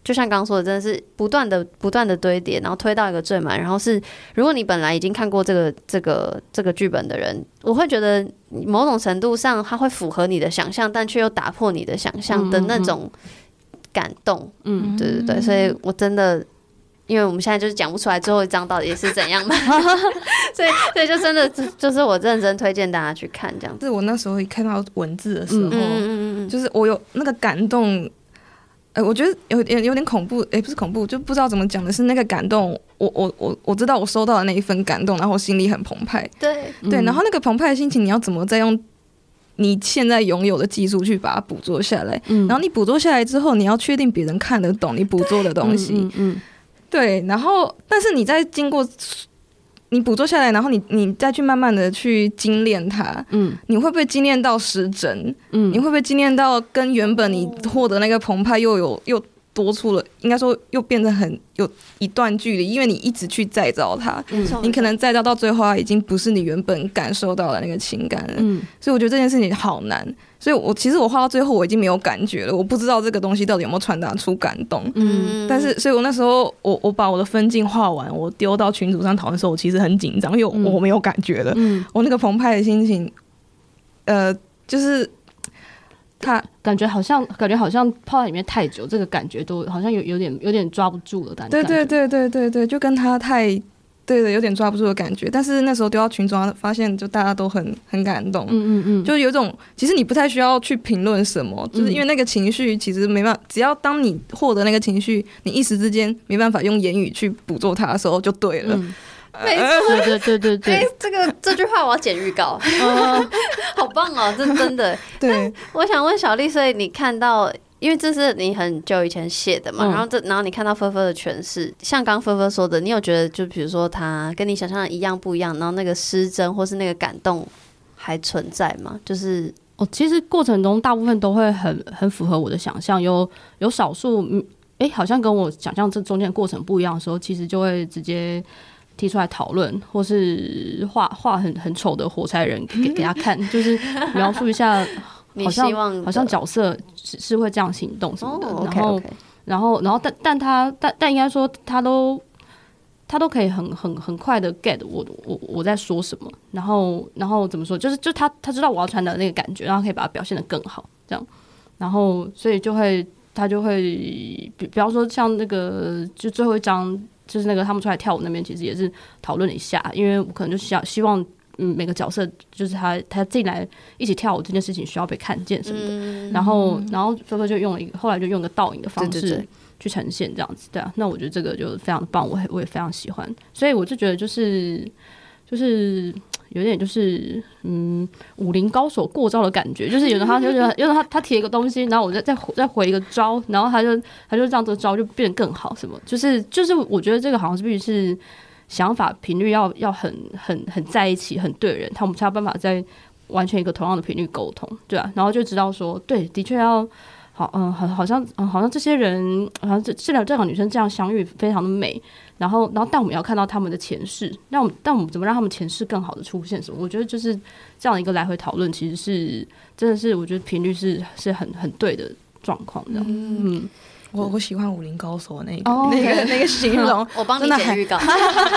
就像刚刚说的，真的是不断的堆叠，然后推到一个最满。然后是，如果你本来已经看过这个剧本的人，我会觉得某种程度上它会符合你的想象，但却又打破你的想象的那种感动。对对对，所以我真的。因为我们现在就是讲不出来最后一章到底是怎样嘛，所以就真的就是我认真推荐大家去看这样子。 是我那时候一看到文字的时候，就是我有那个感动，我觉得有点恐怖，不是恐怖，就不知道怎么讲的是那个感动。我知道我收到的那一份感动，然后我心里很澎湃。 对， 然后那个澎湃的心情，你要怎么再用你现在拥有的技术去把它捕捉下来？然后你捕捉下来之后，你要确定别人看得懂你捕捉的东西。对，然后但是你在经过你捕捉下来，然后你再去慢慢的去精炼它，你会不会精炼到失真？你会不会精炼到跟原本你获得那个澎湃又多出了，应该说又变得很有一段距离，因为你一直去再造它，你可能再造到最后，它已经不是你原本感受到的那个情感了。所以我觉得这件事情好难。所以其实我画到最后，我已经没有感觉了，我不知道这个东西到底有没有传达出感动。但是，所以我那时候我把我的分镜画完，我丢到群组上讨论的时候，我其实很紧张，因为我没有感觉了。我那个澎湃的心情，就是他感觉好像泡在里面太久，这个感觉都好像有点抓不住了。 对，就跟他太。对的，有点抓不住的感觉，但是那时候丢到群组上，发现就大家都很感动，就有种其实你不太需要去评论什么，就是因为那个情绪其实没办法，只要当你获得那个情绪，你一时之间没办法用言语去捕捉它的时候，就对了。 没错， 对， 这句话我要剪预告，好棒哦，这真的。 对， 我想问小丽，所以你看到。因为这是你很久以前写的嘛，然后你看到芬芬的诠释，像刚芬芬说的，你有觉得就比如说他跟你想象的一样不一样，然后那个失真或是那个感动还存在吗？就是其实过程中大部分都会很符合我的想象，有少数好像跟我想象这中间的过程不一样的时候，其实就会直接提出来讨论，或是画很丑的火柴人给他看，就是描述一下。好像角色是会这样行动什么的，然后但应该说他都可以很快的 get 我在说什么，然后怎么说，就是他知道我要传达的那个感觉，然后可以把它表现得更好，这样，然后所以他就会比方说像那个就最后一章就是那个他们出来跳舞那边，其实也是讨论了一下，因为我可能就希望。每个角色就是他进来一起跳舞这件事情需要被看见什么的，然后菲菲就后来就用一个倒影的方式去呈现这样子，对啊，那我觉得这个就非常棒，我也非常喜欢，所以我就觉得就是有点就是武林高手过招的感觉，就是有的他提一个东西，然后我再回一个招，然后他就让这个招就变得更好什么，就是我觉得这个好像是必须是。想法频率要很在一起，很对人，我们才有办法在完全一个同样的频率沟通，对啊，然后就知道说，对，的确要好像这些人，好像这两个女生这样相遇非常的美，然后但我们要看到他们的前世，但我们怎么让他们前世更好的出现什么？我觉得就是这样一个来回讨论，其实是真的是我觉得频率是很对的状况的， 我喜欢武林高手那个形容， 我帮你剪预告。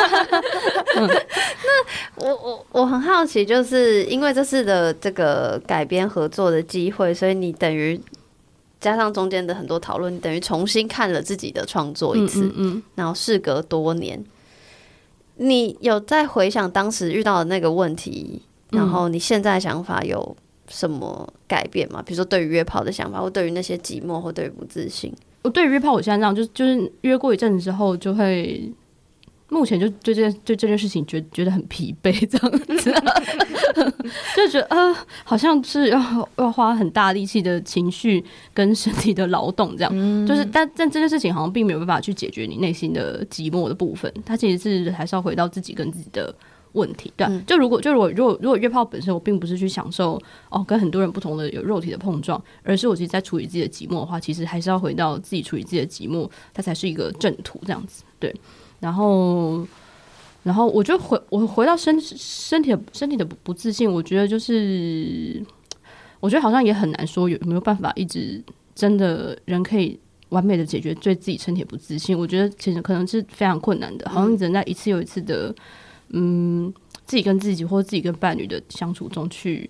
那我很好奇，就是因为这次的这个改编合作的机会，所以你等于加上中间的很多讨论，你等于重新看了自己的创作一次，然后事隔多年，你有在回想当时遇到的那个问题，然后你现在的想法有什么改变吗？比如说对于约炮的想法，或对于那些寂寞，或对于不自信。 我对于约炮，我现在这样就是约过一阵子之后，就会目前就对这件事情觉得很疲惫，这样子，就觉得好像是要花很大力气的情绪跟身体的劳动，这样，就是但这件事情好像并没有办法去解决你内心的寂寞的部分，它其实是还是要回到自己跟自己的。问题对、就如果约炮本身，我并不是去享受跟很多人不同的有肉体的碰撞，而是我其实在处理自己的寂寞的话，其实还是要回到自己处理自己的寂寞，它才是一个正途这样子。对，然后我就回到身体的不自信，我觉得就是我觉得好像也很难说有没有办法一直真的人可以完美的解决对自己身体不自信，我觉得其实可能是非常困难的，好像你只能在一次又一次的自己跟自己或自己跟伴侣的相处中去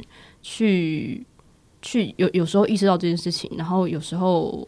有时候意识到这件事情，然后有时候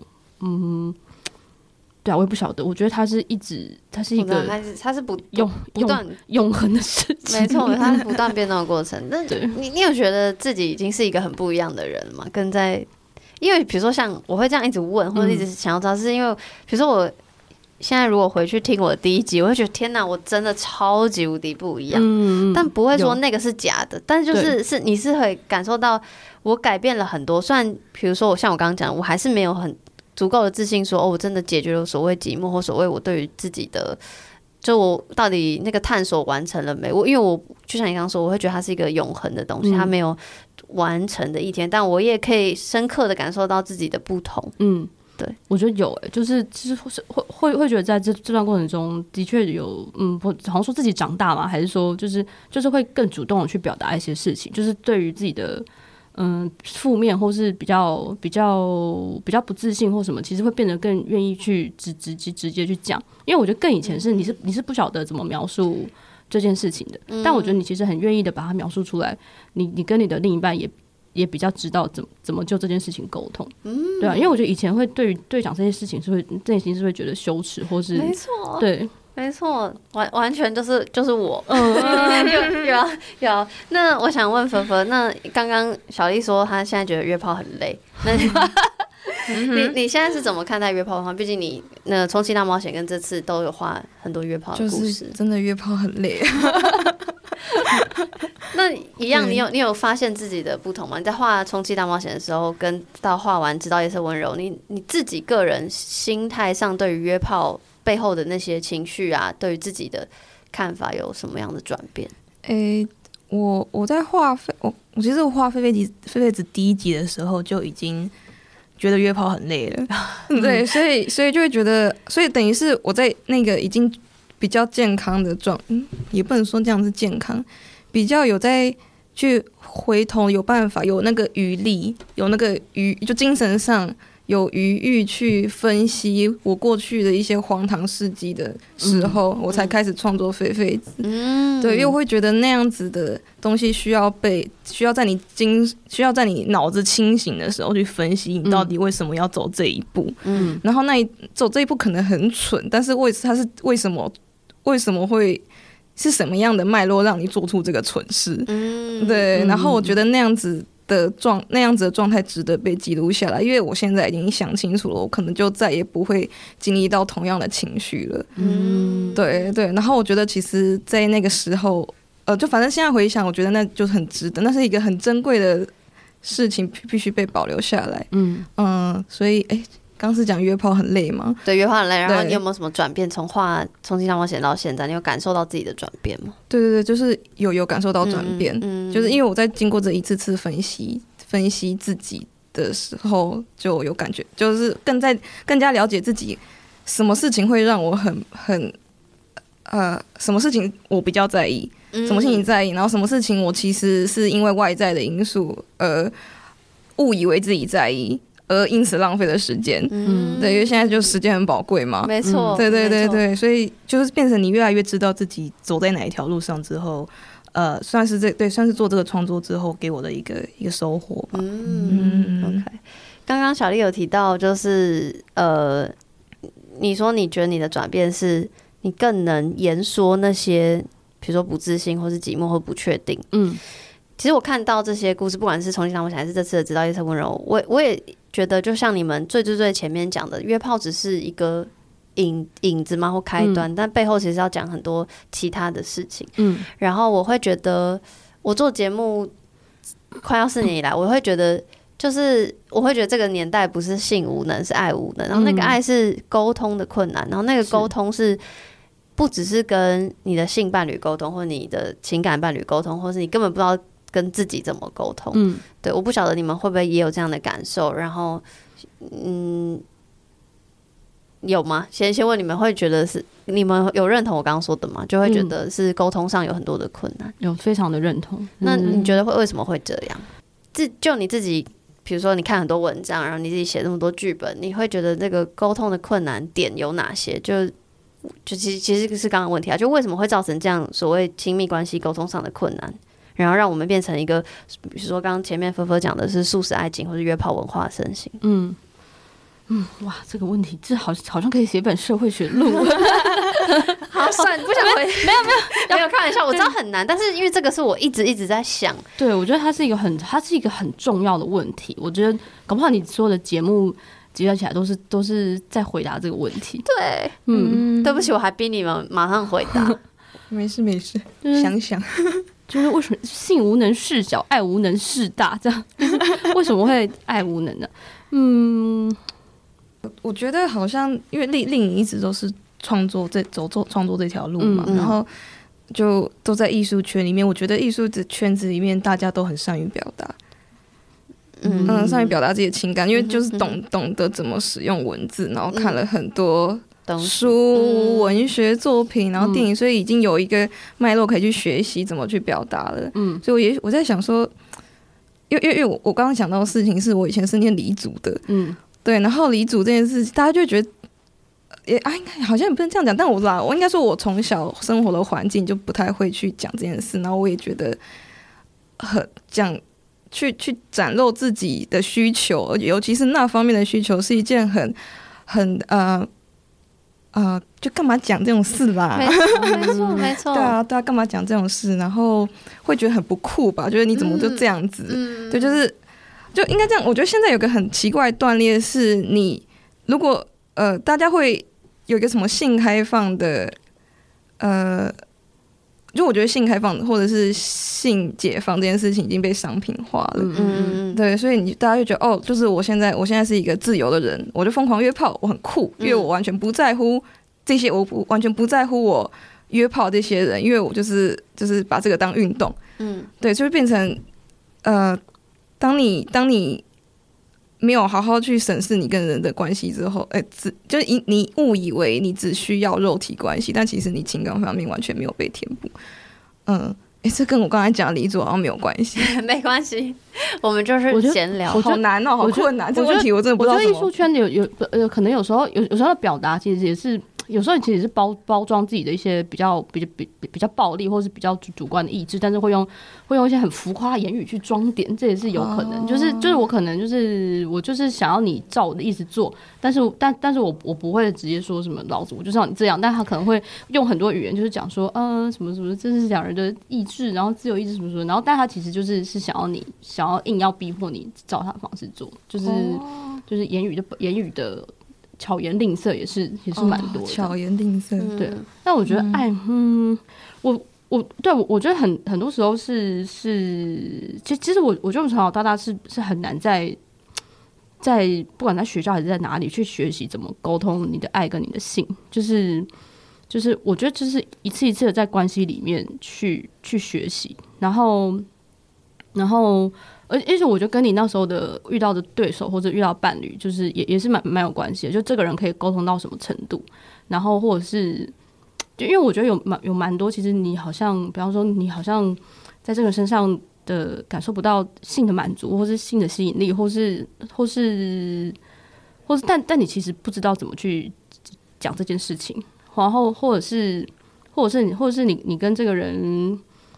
对啊，我也不晓得，我觉得它是一个它是不断永恒的事情， 没错，它是不断变动的过程。但你有觉得自己已经是一个很不一样的人吗？跟在因为比如说像我会这样一直问，或者一直想要知道，是因为比如说我现在如果回去听我的第一集，我会觉得天哪，我真的超级无敌不一样，但不会说那个是假的，但是你是会感受到我改变了很多。虽然比如说像我刚刚讲，我还是没有很足够的自信说我真的解决了所谓寂寞，或所谓我对于自己的就我到底那个探索完成了没？因为我就像你刚刚说，我会觉得它是一会永恒的东西，它没有完成的一天，但我也可以深刻的感受到自己的不同。对， 我觉得有就是会觉得在这段过程中的确有好像说自己长大嘛，还是说就是会更主动的去表达一些事情，就是对于自己的负面或是比较不自信或什么，其实会变得更愿意去直接去讲，因为我觉得更以前是你是不晓得怎么描述这件事情的，但我觉得你其实很愿意的把它描述出来，你跟你的另一半也比较知道怎么就这件事情沟通，对啊，因为我觉得以前会对讲这些事情是会内心是会觉得羞耻，或是没错， 对， 没错，完全就是我，有。那我想问芬芬，那刚刚小丽说她现在觉得约炮很累，那你现在是怎么看待约炮的话？毕竟你那重启大冒险跟这次都有画很多约炮的故事， 就是真的约炮很累。 那一样，你有发现自己的不同吗？你在画重启大冒险的时候，跟到画完直到夜色温柔，你自己个人心态上对于约炮背后的那些情绪啊，对于自己的看法有什么样的转变？ 我在画我其实我画菲菲子第一集的时候就已经觉得约炮很累了，对，所以就会觉得，所以等于是我在那个已经比较健康的也不能说这样是健康，比较有在去回头有办法有那个余力，有那个就精神上有余裕去分析我过去的一些荒唐事迹的时候，我才开始创作菲菲子。对，因为我会觉得那样子的东西需要在你脑子清醒的时候去分析你到底为什么要走这一步。然后走这一步可能很蠢，但是它是为什么会是什么样的脉络让你做出这个蠢事？对，然后我觉得那样子的状态值得被记录下来，因为我现在已经想清楚了，我可能就再也不会经历到同样的情绪了。对对，然后我觉得其实在那个时候就反正现在回想，我觉得那就很值得，那是一个很珍贵的事情，必须被保留下来。所以刚是讲约炮很累吗？ 对，约炮很累。然后你有没有什么转变？从画重新大冒险到现在，你有感受到自己的转变吗？ 对对对，就是有感受到转变。就是因为我在经过这一次次分析自己的时候，就有感觉，就是更加了解自己，什么事情会让我什么事情我比较在意，什么事情在意，然后什么事情我其实是因为外在的因素误以为自己在意，而因此浪费了时间。对，因为现在就时间很宝贵嘛。 没错。 对对对对，所以就是变成你越来越知道自己走在哪一条路上之后，算是做这个创作之后给我的一个收获吧。 OK。刚刚小丽有提到，就是你说你觉得你的转变是你更能言说那些，比如说不自信或是寂寞或不确定。其实我看到这些故事，不管是重新大冒险还是这次的直到夜色温柔，我也觉得就像你们最前面讲的，约炮只是一个影子嘛或开端，但背后其实要讲很多其他的事情。然后我会觉得我做节目快要4年以来，我会觉得这个年代不是性无能，是爱无能，然后那个爱是沟通的困难，然后那个沟通是不只是跟你的性伴侣沟通，或你的情感伴侣沟通，或是你根本不知道跟自己怎么沟通。对，我不晓得你们会不会也有这样的感受，然后有吗？先问你们，会觉得是你们有认同我刚刚说的吗？就会觉得是沟通上有很多的困难。 有非常的认同。 那你觉得为什么会这样？就你自己比如说你看很多文章，然后你自己写那么多剧本，你会觉得这个沟通的困难点有哪些？就其实是刚刚的问题啊，就为什么会造成这样所谓亲密关系沟通上的困难，然后让我们变成一个，比如说刚刚前面芬芬讲的是速食爱情或者约炮文化盛行。 哇，这个问题这好像可以写本社会学论文。 好，算不想回，没有开玩笑，我知道很难，但是因为这个是我一直在想。 对，我觉得它是一个很重要的问题。我觉得搞不好你所有的节目结合起来都是在回答这个问题。 对，对不起，我还逼你们马上回答。 没事，想想。 就是为什么性无能事小，爱无能事大？这样为什么会爱无能呢？ 我觉得好像因为令你一直都是创作这条路嘛，然后就都在艺术圈里面。我觉得艺术圈子里面大家都很善于表达，善于表达自己的情感，因为就是懂得怎么使用文字，然后看了很多书、文学作品，然后电影，所以已经有一个脉络可以去学习怎么去表达了。所以我在想说，因为我刚刚讲到的事情是我以前是念理组的，对，然后理组这件事，大家就觉得，应该好像也不能这样讲，但我应该说，我从小生活的环境就不太会去讲这件事，然后我也觉得去展露自己的需求，尤其是那方面的需求，是一件很就干嘛讲这种事啦？ 没错， 对啊，干嘛讲这种事？然后会觉得很不酷吧？觉得你怎么就这样子？对，就应该这样。我觉得现在有个很奇怪的断裂是，你如果大家会有一个什么性开放的就我觉得性开放或者是性解放这件事情已经被商品化了，对，所以大家就觉得就是我现在是一个自由的人，我就疯狂约炮，我很酷，因为我完全不在乎这些，完全不在乎我约炮这些人，因为我就是把这个当运动，对，就会变成当你没有好好去审视你跟人的关系之后，就是你误以为你只需要肉体关系，但其实你情感方面完全没有被填补。这跟我刚才讲的理组好像没有关系。 没关系，我们就是闲聊。 好难哦，好困难，这个问题我真的不知道。 我觉得艺术圈有可能有时候的表达其实也是。有时候其实是包装自己的一些比较暴力或是比较主观的意志，但是会用一些很浮夸的言语去装点，这也是有可能。就是我可能我就是想要你照我的意思做，但是我不会直接说什么老子我就是要你这样，但他可能会用很多语言就是讲说什么什么，这是两人的意志，然后自由意志什么什么，然后但他其实就是想要硬要逼迫你照他的方式做，就是言语的。巧言令色也是蛮多的， 巧言令色， 对。但我觉得爱，我觉得很多时候是，其实我觉得从小到大是很难在不管在学校还是在哪里去学习怎么沟通你的爱跟你的性，就是我觉得就是一次一次的在关系里面去学习，然后。而且我觉得跟你那时候的遇到的对手或者遇到伴侣，就是也是蛮有关系的。就这个人可以沟通到什么程度，然后或者是，就因为我觉得有蛮多，其实你好像，比方说你好像在这个身上的感受不到性的满足，或是性的吸引力，或是，但你其实不知道怎么去讲这件事情，然后或者是你跟这个人，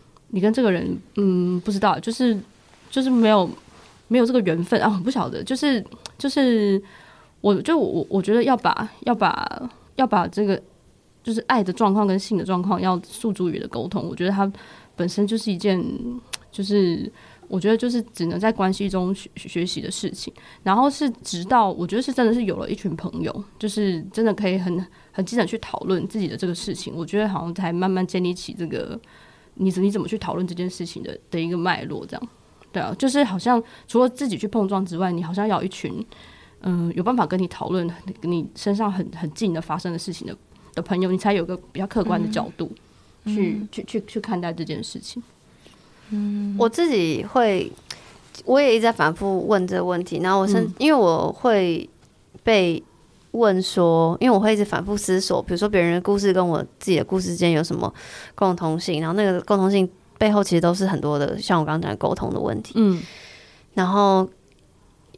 不知道，就是没有这个缘分啊，我不晓得，就是我觉得要把这个就是爱的状况跟性的状况要诉诸于的沟通，我觉得它本身就是一件就是我觉得就是只能在关系中学习的事情，然后是直到我觉得是真的是有了一群朋友，就是真的可以很基本去讨论自己的这个事情，我觉得好像才慢慢建立起这个你怎么去讨论这件事情的一个脉络，这样。对啊，就是好像除了自己去碰撞之外，你好像要有一群有办法跟你讨论你身上很近的发生的事情的朋友，你才有一个比较客观的角度去看待这件事情。 我自己我也一直在反复问这个问题，然后因为我会被问说，因为我会一直反复思索，比如说别人的故事跟我自己的故事之间有什么共同性，然后那个共同性背后其实都是很多的，像我刚刚讲的沟通的问题。然后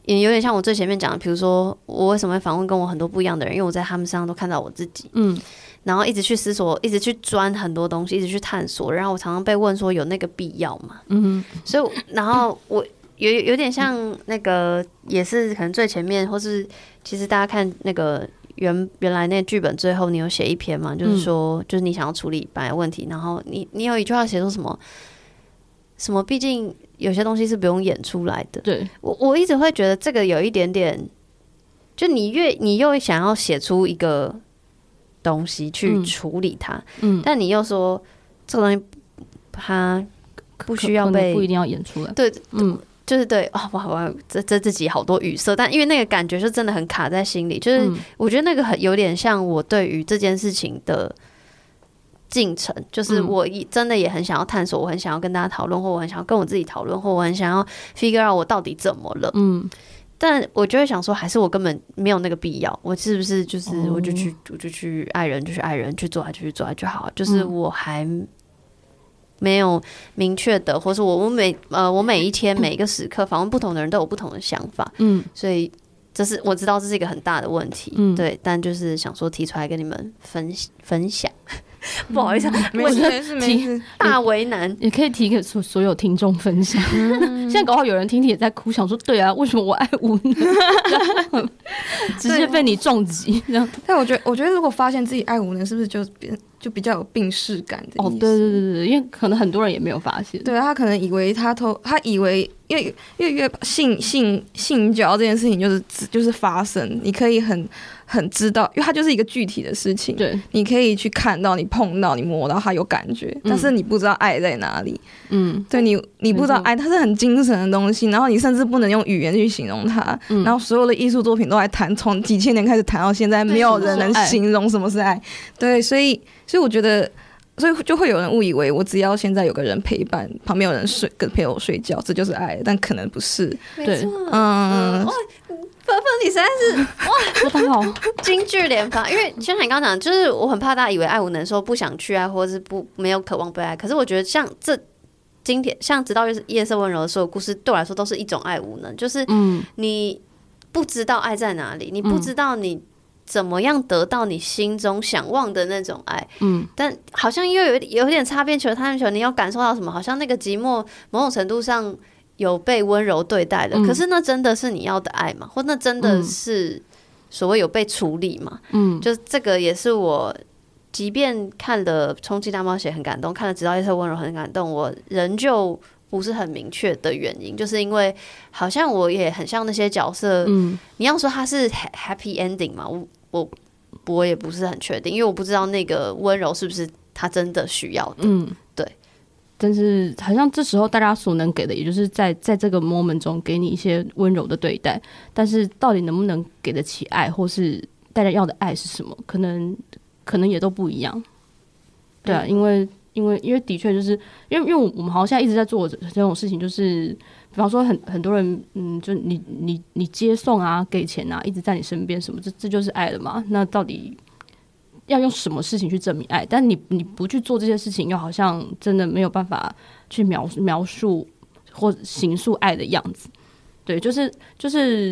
也有点像我最前面讲的，比如说我为什么会访问跟我很多不一样的人，因为我在他们身上都看到我自己，然后一直去思索，一直去钻很多东西，一直去探索，然后我常常被问说有那个必要吗？所以然后我有点像那个，也是可能最前面，或是其实大家看那个原来那剧本最后你有写一篇嘛，就是说就是你想要处理本来问题，然后你有一句话写说什么，毕竟有些东西是不用演出来的。 对， 我一直会觉得这个有一点点，就你又想要写出一个东西去处理它，但你又说这个东西它不需要被不一定要演出来。 对，就是对哇，这自己好多语塞，但因为那个感觉就真的很卡在心里，就是我觉得那个有点像我对于这件事情的进程，就是我真的也很想要探索，我很想要跟大家讨论，或我很想要跟我自己讨论，或我很想要 figure out 我到底怎么了。但我就会想说，还是我根本没有那个必要，我是不是就是我就去爱人，就去爱人，去做爱就去做爱就好，就是我还没有明确的，或是我每一天每一个时刻访问不同的人都有不同的想法，所以我知道这是一个很大的问题，对，但就是想说提出来跟你们分享。不好意思， 没事， 大为难， 也可以提给所有听众分享。现在搞不好有人听也在哭，想说对啊，为什么我爱无能？直接被你重击这样。 但我觉得如果发现自己爱无能，是不是就比较有病识感的意思？ 对，因为可能很多人也没有发现。 对，他可能以为他以为因为越性交这件事情就是发生，你可以很知道，因为它就是一个具体的事情， 对， 你可以去看到、你碰到、你摸到它有感觉，但是你不知道爱在哪里。对，你不知道爱，它是很精神的东西，然后你甚至不能用语言去形容它，然后所有的艺术作品都来谈，从几千年开始谈到现在，没有人能形容什么是爱。对，所以我觉得。所以就会有人误以为我只要现在有个人陪伴，旁边有人陪我睡觉，这就是爱，但可能不是。 对，芬你实在是哇， 说得好， 金句连发。因为就像你刚刚讲，就是我很怕大家以为爱无能，说不想去爱，或者是没有渴望被爱。可是我觉得像今天像直到夜色温柔的所有故事，对我来说都是一种爱无能，就是你不知道爱在哪里，你不知道你怎么样得到你心中想望的那种爱，但好像又有点擦边球、探球，你要感受到什么？好像那个寂寞某种程度上有被温柔对待的，可是那真的是你要的爱吗？或那真的是所谓有被处理吗？就是这个也是我，即便看了《冲击大冒险》很感动，看了《直到夜色温柔》很感动，我仍旧不是很明确的原因，就是因为好像我也很像那些角色，你要说他是 happy ending 嘛，我也不是很确定，因为我不知道那个温柔是不是他真的需要的。对。 但是好像这时候大家所能给的，也就是在这个 moment 中给你一些温柔的对待，但是到底能不能给得起爱，或是大家要的爱是什么，可能也都不一样。对啊，因为的确就是因为我们好像现在一直在做这种事情，就是比方说很多人就你接送啊，给钱啊，一直在你身边什么，这就是爱了嘛？那到底要用什么事情去证明爱？但你不去做这些事情，又好像真的没有办法去描述或形塑爱的样子。对，就是，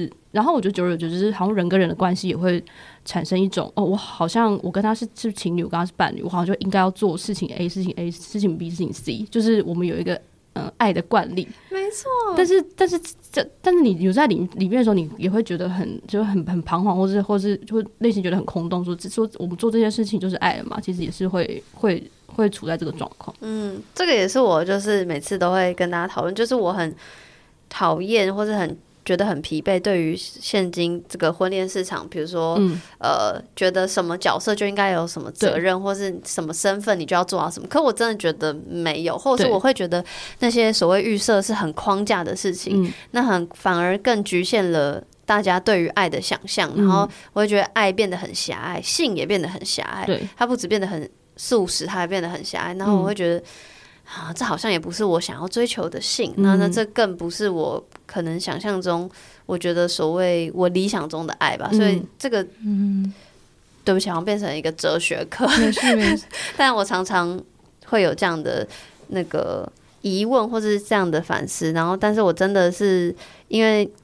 然后我觉得久而久之，就是好像人跟人的关系也会产生一种我好像我跟他是情侣，我跟他是伴侣，我好像就应该要做事情 A， 事情 A， 事情 B， 事情 C， 就是我们有一个爱的惯例。 没错。但是你有在里面的时候，你也会觉得很彷徨，或是就内心觉得很空洞，说我们做这些事情就是爱了嘛？其实也是会处在这个状况。 这个也是我就是每次都会跟大家讨论，就是我很讨厌或是很觉得很疲惫，对于现今这个婚恋市场，比如说觉得什么角色就应该有什么责任，或是什么身份你就要做到什么。可我真的觉得没有，或者是我会觉得那些所谓预设是很框架的事情，那反而更局限了大家对于爱的想象，然后我会觉得爱变得很狭隘，性也变得很狭隘，它不只变得很素食，它还变得很狭隘，然后我会觉得这好像也不是我想要追求的性，那这更不是我可能想象中，我觉得所谓我理想中的爱吧。所以这个，对不起，好像变成一个哲学课。 没事。 但我常常会有这样的那个疑问，或是这样的反思。然后，但是我真的是因为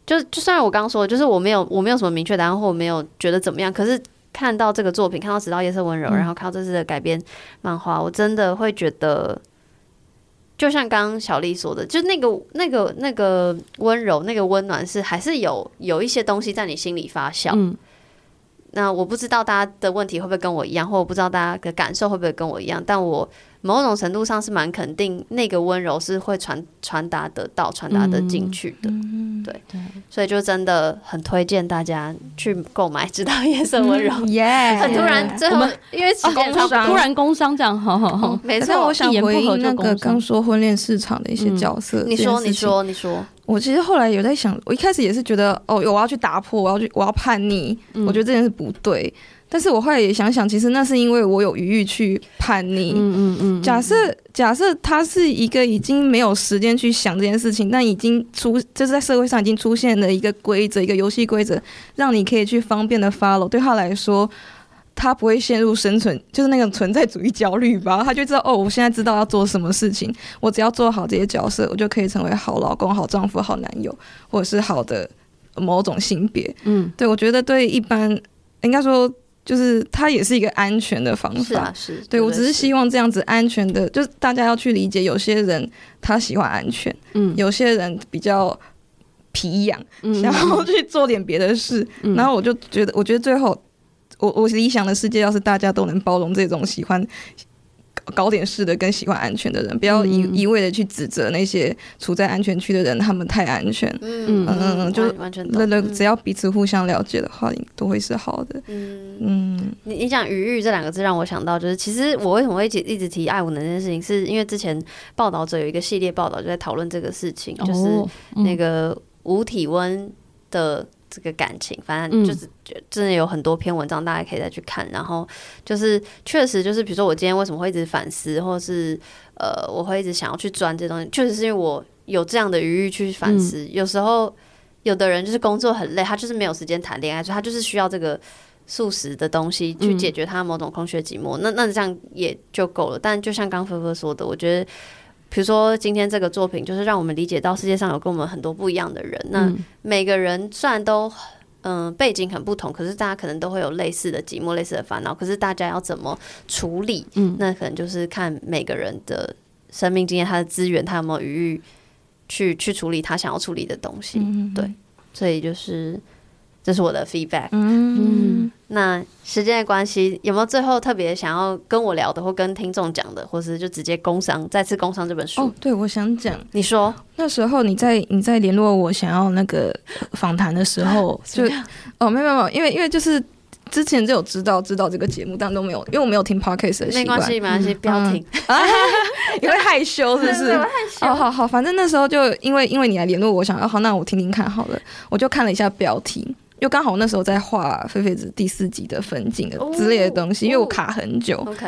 就虽然我刚刚说，就是我没有什么明确答案，或我没有觉得怎么样，可是看到这个作品，看到《直到夜色温柔》，然后看到这次的改编漫画，我真的会觉得，就像刚刚小丽说的，就那个温柔、那个温暖是还是有一些东西在你心里发酵。那我不知道大家的问题会不会跟我一样，或我不知道大家的感受会不会跟我一样，但我某种程度上是蛮肯定那个温柔是会传达得到、传达得进去的。对，所以就真的很推荐大家去购买《直到夜色温柔》。很突然，最后因为时间突然工商这样，好， 没错。 我想回应那个刚说婚恋市场的一些角色。 你说。 我其实后来有在想，我一开始也是觉得，我要去打破，我要叛逆，我觉得这件事不对。但是我后来也想想，其实那是因为我有余裕去叛逆。假设他是一个已经没有时间去想这件事情，但已经就是在社会上已经出现了一个规则，一个游戏规则，让你可以去方便的 follow。对他来说，他不会陷入生存，就是那种存在主义焦虑吧？他就知道，我现在知道要做什么事情，我只要做好这些角色，我就可以成为好老公、好丈夫、好男友，或者是好的某种性别。对，我觉得对一般应该说，就是它也是一个安全的方法。 是。 对，我只是希望这样子安全的，就是大家要去理解，有些人他喜欢安全，有些人比较皮痒，想要去做点别的事。然后我觉得最后。我理想的世界要是大家都能包容这种喜欢搞点事的跟喜欢安全的人，不要一味的去指责那些处在安全区的人，他们太安全。就完全懂。 只要彼此互相了解的话，都会是好的。 你讲余裕这2个字让我想到，就是其实我为什么会一直提爱无能这件事情，是因为之前报道者有一个系列报道就在讨论这个事情，就是那个无体温的这个感情，反正就是真的有很多篇文章，大家可以再去看。然后就是确实就是，比如说我今天为什么会一直反思，或是我会一直想要去钻这些东西，确实是因为我有这样的余裕去反思。有时候有的人就是工作很累，他就是没有时间谈恋爱，所以他就是需要这个速食的东西去解决他某种空虚寂寞。那这样也就够了。但就像刚菲菲说的，我觉得。比如说今天这个作品就是让我们理解到世界上有跟我们很多不一样的人，那每个人虽然都背景很不同，可是大家可能都会有类似的寂寞、类似的烦恼，可是大家要怎么处理，那可能就是看每个人的生命经验、他的资源，他有没有余裕去处理他想要处理的东西。对，所以就是这是我的 feedback。那时间的关系，有没有最后特别想要跟我聊的，或跟听众讲的，或是就直接再次工商这本书？ 对，我想讲， 你说那时候你在联络我想要那个访谈的时候，就没有，因为就是之前就有知道这个节目，但都没有，因为我没有听 podcast 的习惯。 没关系，不要听， 你会害羞是不是？ 对，我害羞。 好，反正那时候就因为你来联络我，想要好，那我听听看好了，我就看了一下标题。就刚好我那时候在画菲菲子第4集的分镜的之类的东西，因为我卡很久。 OK，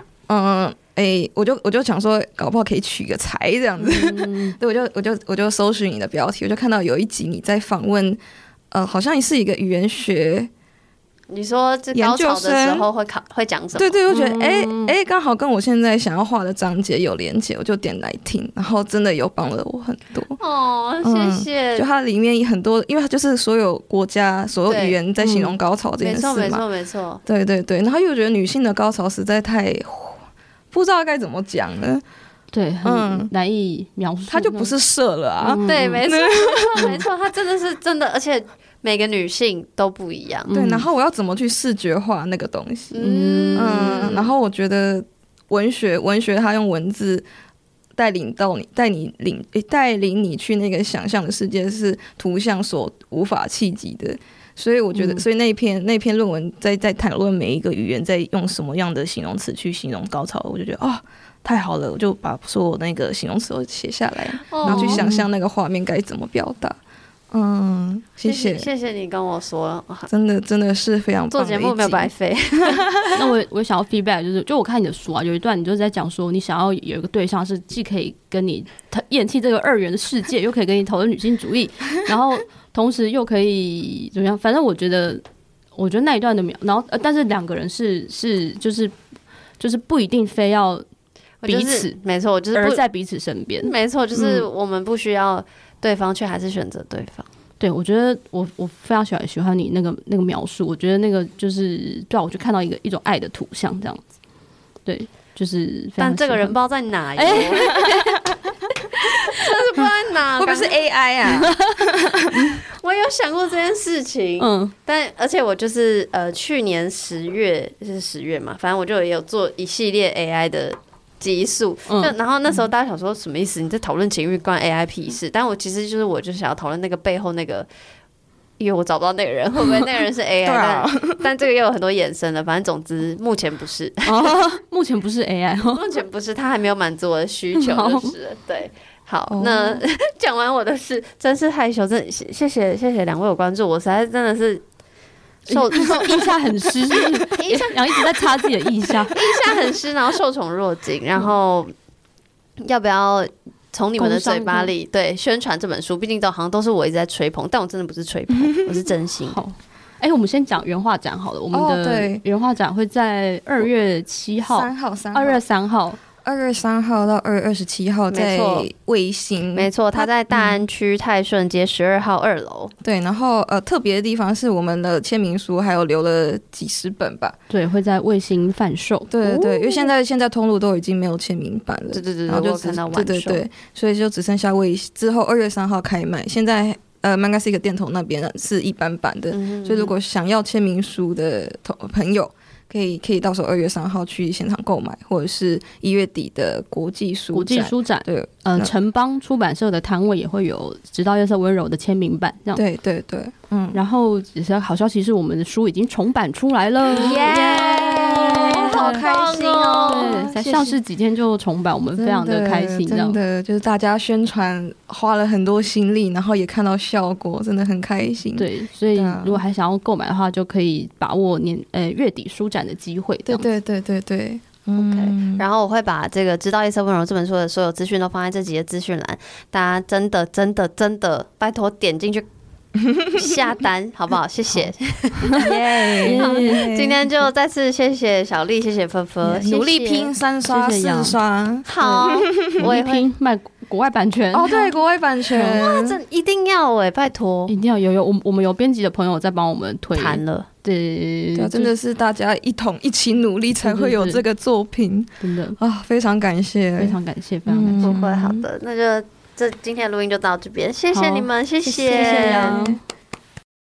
我就想说，搞不好可以取个材这样子。对，我就搜寻你的标题，我就看到有一集你在访问，好像是一个语言学。 你说这高潮的时候会讲什么？ 对，我觉得刚好跟我现在想要画的章节有连结，我就点来听，然后真的有帮了我很多。 谢谢。 就它里面很多，因为它就是所有国家所有语言在形容高潮这件事嘛。 没错。 对，然后又觉得女性的高潮实在太不知道该怎么讲了。 对，很难以描述。 它就不是射了啊。 对，没错，它真的是真的，而且。每个女性都不一样， 对，然后我要怎么去视觉化那个东西？然后我觉得文学它用文字带领你去那个想象的世界，是图像所无法企及的。所以我觉得，所以那篇论文在谈论每一个语言在用什么样的形容词去形容高潮，我就觉得太好了，我就把所有那个形容词都写下来，然后去想象那个画面该怎么表达。谢谢你跟我说， 真的是非常棒的做节目没有白费。 那我想要 feedback， 就我看你的书啊，有一段你就是在讲说，你想要有一个对象是既可以跟你厌弃这个2元的世界，又可以跟你讨论女性主义，然后同时又可以怎么样？反正我觉得那一段的然后但是2个人是就是不一定非要彼此， 没错，就是而在彼此身边， 没错，就是我们不需要。对方却还是选择对方， 对，我觉得我非常喜欢你那个描述，我觉得那个就是对啊，我就看到一种爱的图像这样子，对，就是非常但这个人不知道在哪哟。真是不知道在哪， 会不会是 AI 啊？ 我也有想过这件事情，但而且我就是去年10月是10月嘛，反正我就也有做一系列 AI 的集数，然后那时候大家想说什么意思？你在讨论情欲关 AI 屁事？但我其实我就想要讨论那个背后那个。因为我找不到那个人，会不会那个人是 AI？但这个又有很多衍生的，反正总之目前不是， 目前不是 AI， 目前不是，他还没有满足我的需求，就是对。好，那讲完我的事，真是害羞，真的谢谢两位有关注我，实在真的是腋下很湿，然后一直在擦自己的腋下很湿，然后受宠若惊，然后要不要？从你们的嘴巴里对宣传这本书，毕竟好像都是我一直在吹捧，但我真的不是吹捧，我是真心。 好，我们先讲原画展好了。我们的原画展会在2月7号、2月3号。 2月3号到2月27号在卫星， 没错，它在大安区泰顺街12号2楼。 对，然后特别的地方是我们的签名书还有留了几十本吧。 对，会在卫星贩售。 对，因为现在通路都已经没有签名版了。 对， 然后就看到完售。 对，所以就只剩下之后2月3号开卖。现在Mangasick 店头那边是一般版的，所以如果想要签名书的朋友。可以到时候2月3号去现场购买，或者是1月底的国际书展。对， 城邦出版社的摊位也会有《直到夜色温柔》的签名版，这样。 对， 然后好消息是我们的书已经重版出来了， 好开心哦！ 对，才上市几天就重版，我们非常的开心。 真的就是大家宣传花了很多心力，然后也看到效果，真的很开心。 对，所以如果还想要购买的话，就可以把握月底书展的机会。 对。 OK， 然后我会把这个《知道夜色温柔》这本书的所有资讯都放在这集的资讯栏，大家真的拜托点进去下单好不好？谢谢。今天就再次谢谢小丽，谢谢芬芬， 努力拼3刷4刷。 好，我也拼卖国外版权哦，对，国外版权， 哇，这一定要拜托， 一定要有我们有编辑的朋友在帮我们推谈了。 对， 真的是大家一起努力才会有这个作品， 真的啊，非常感谢， 非常感谢，非常感谢。 不会，好的，那就今天的录音就到这边，谢谢你们，谢谢杨。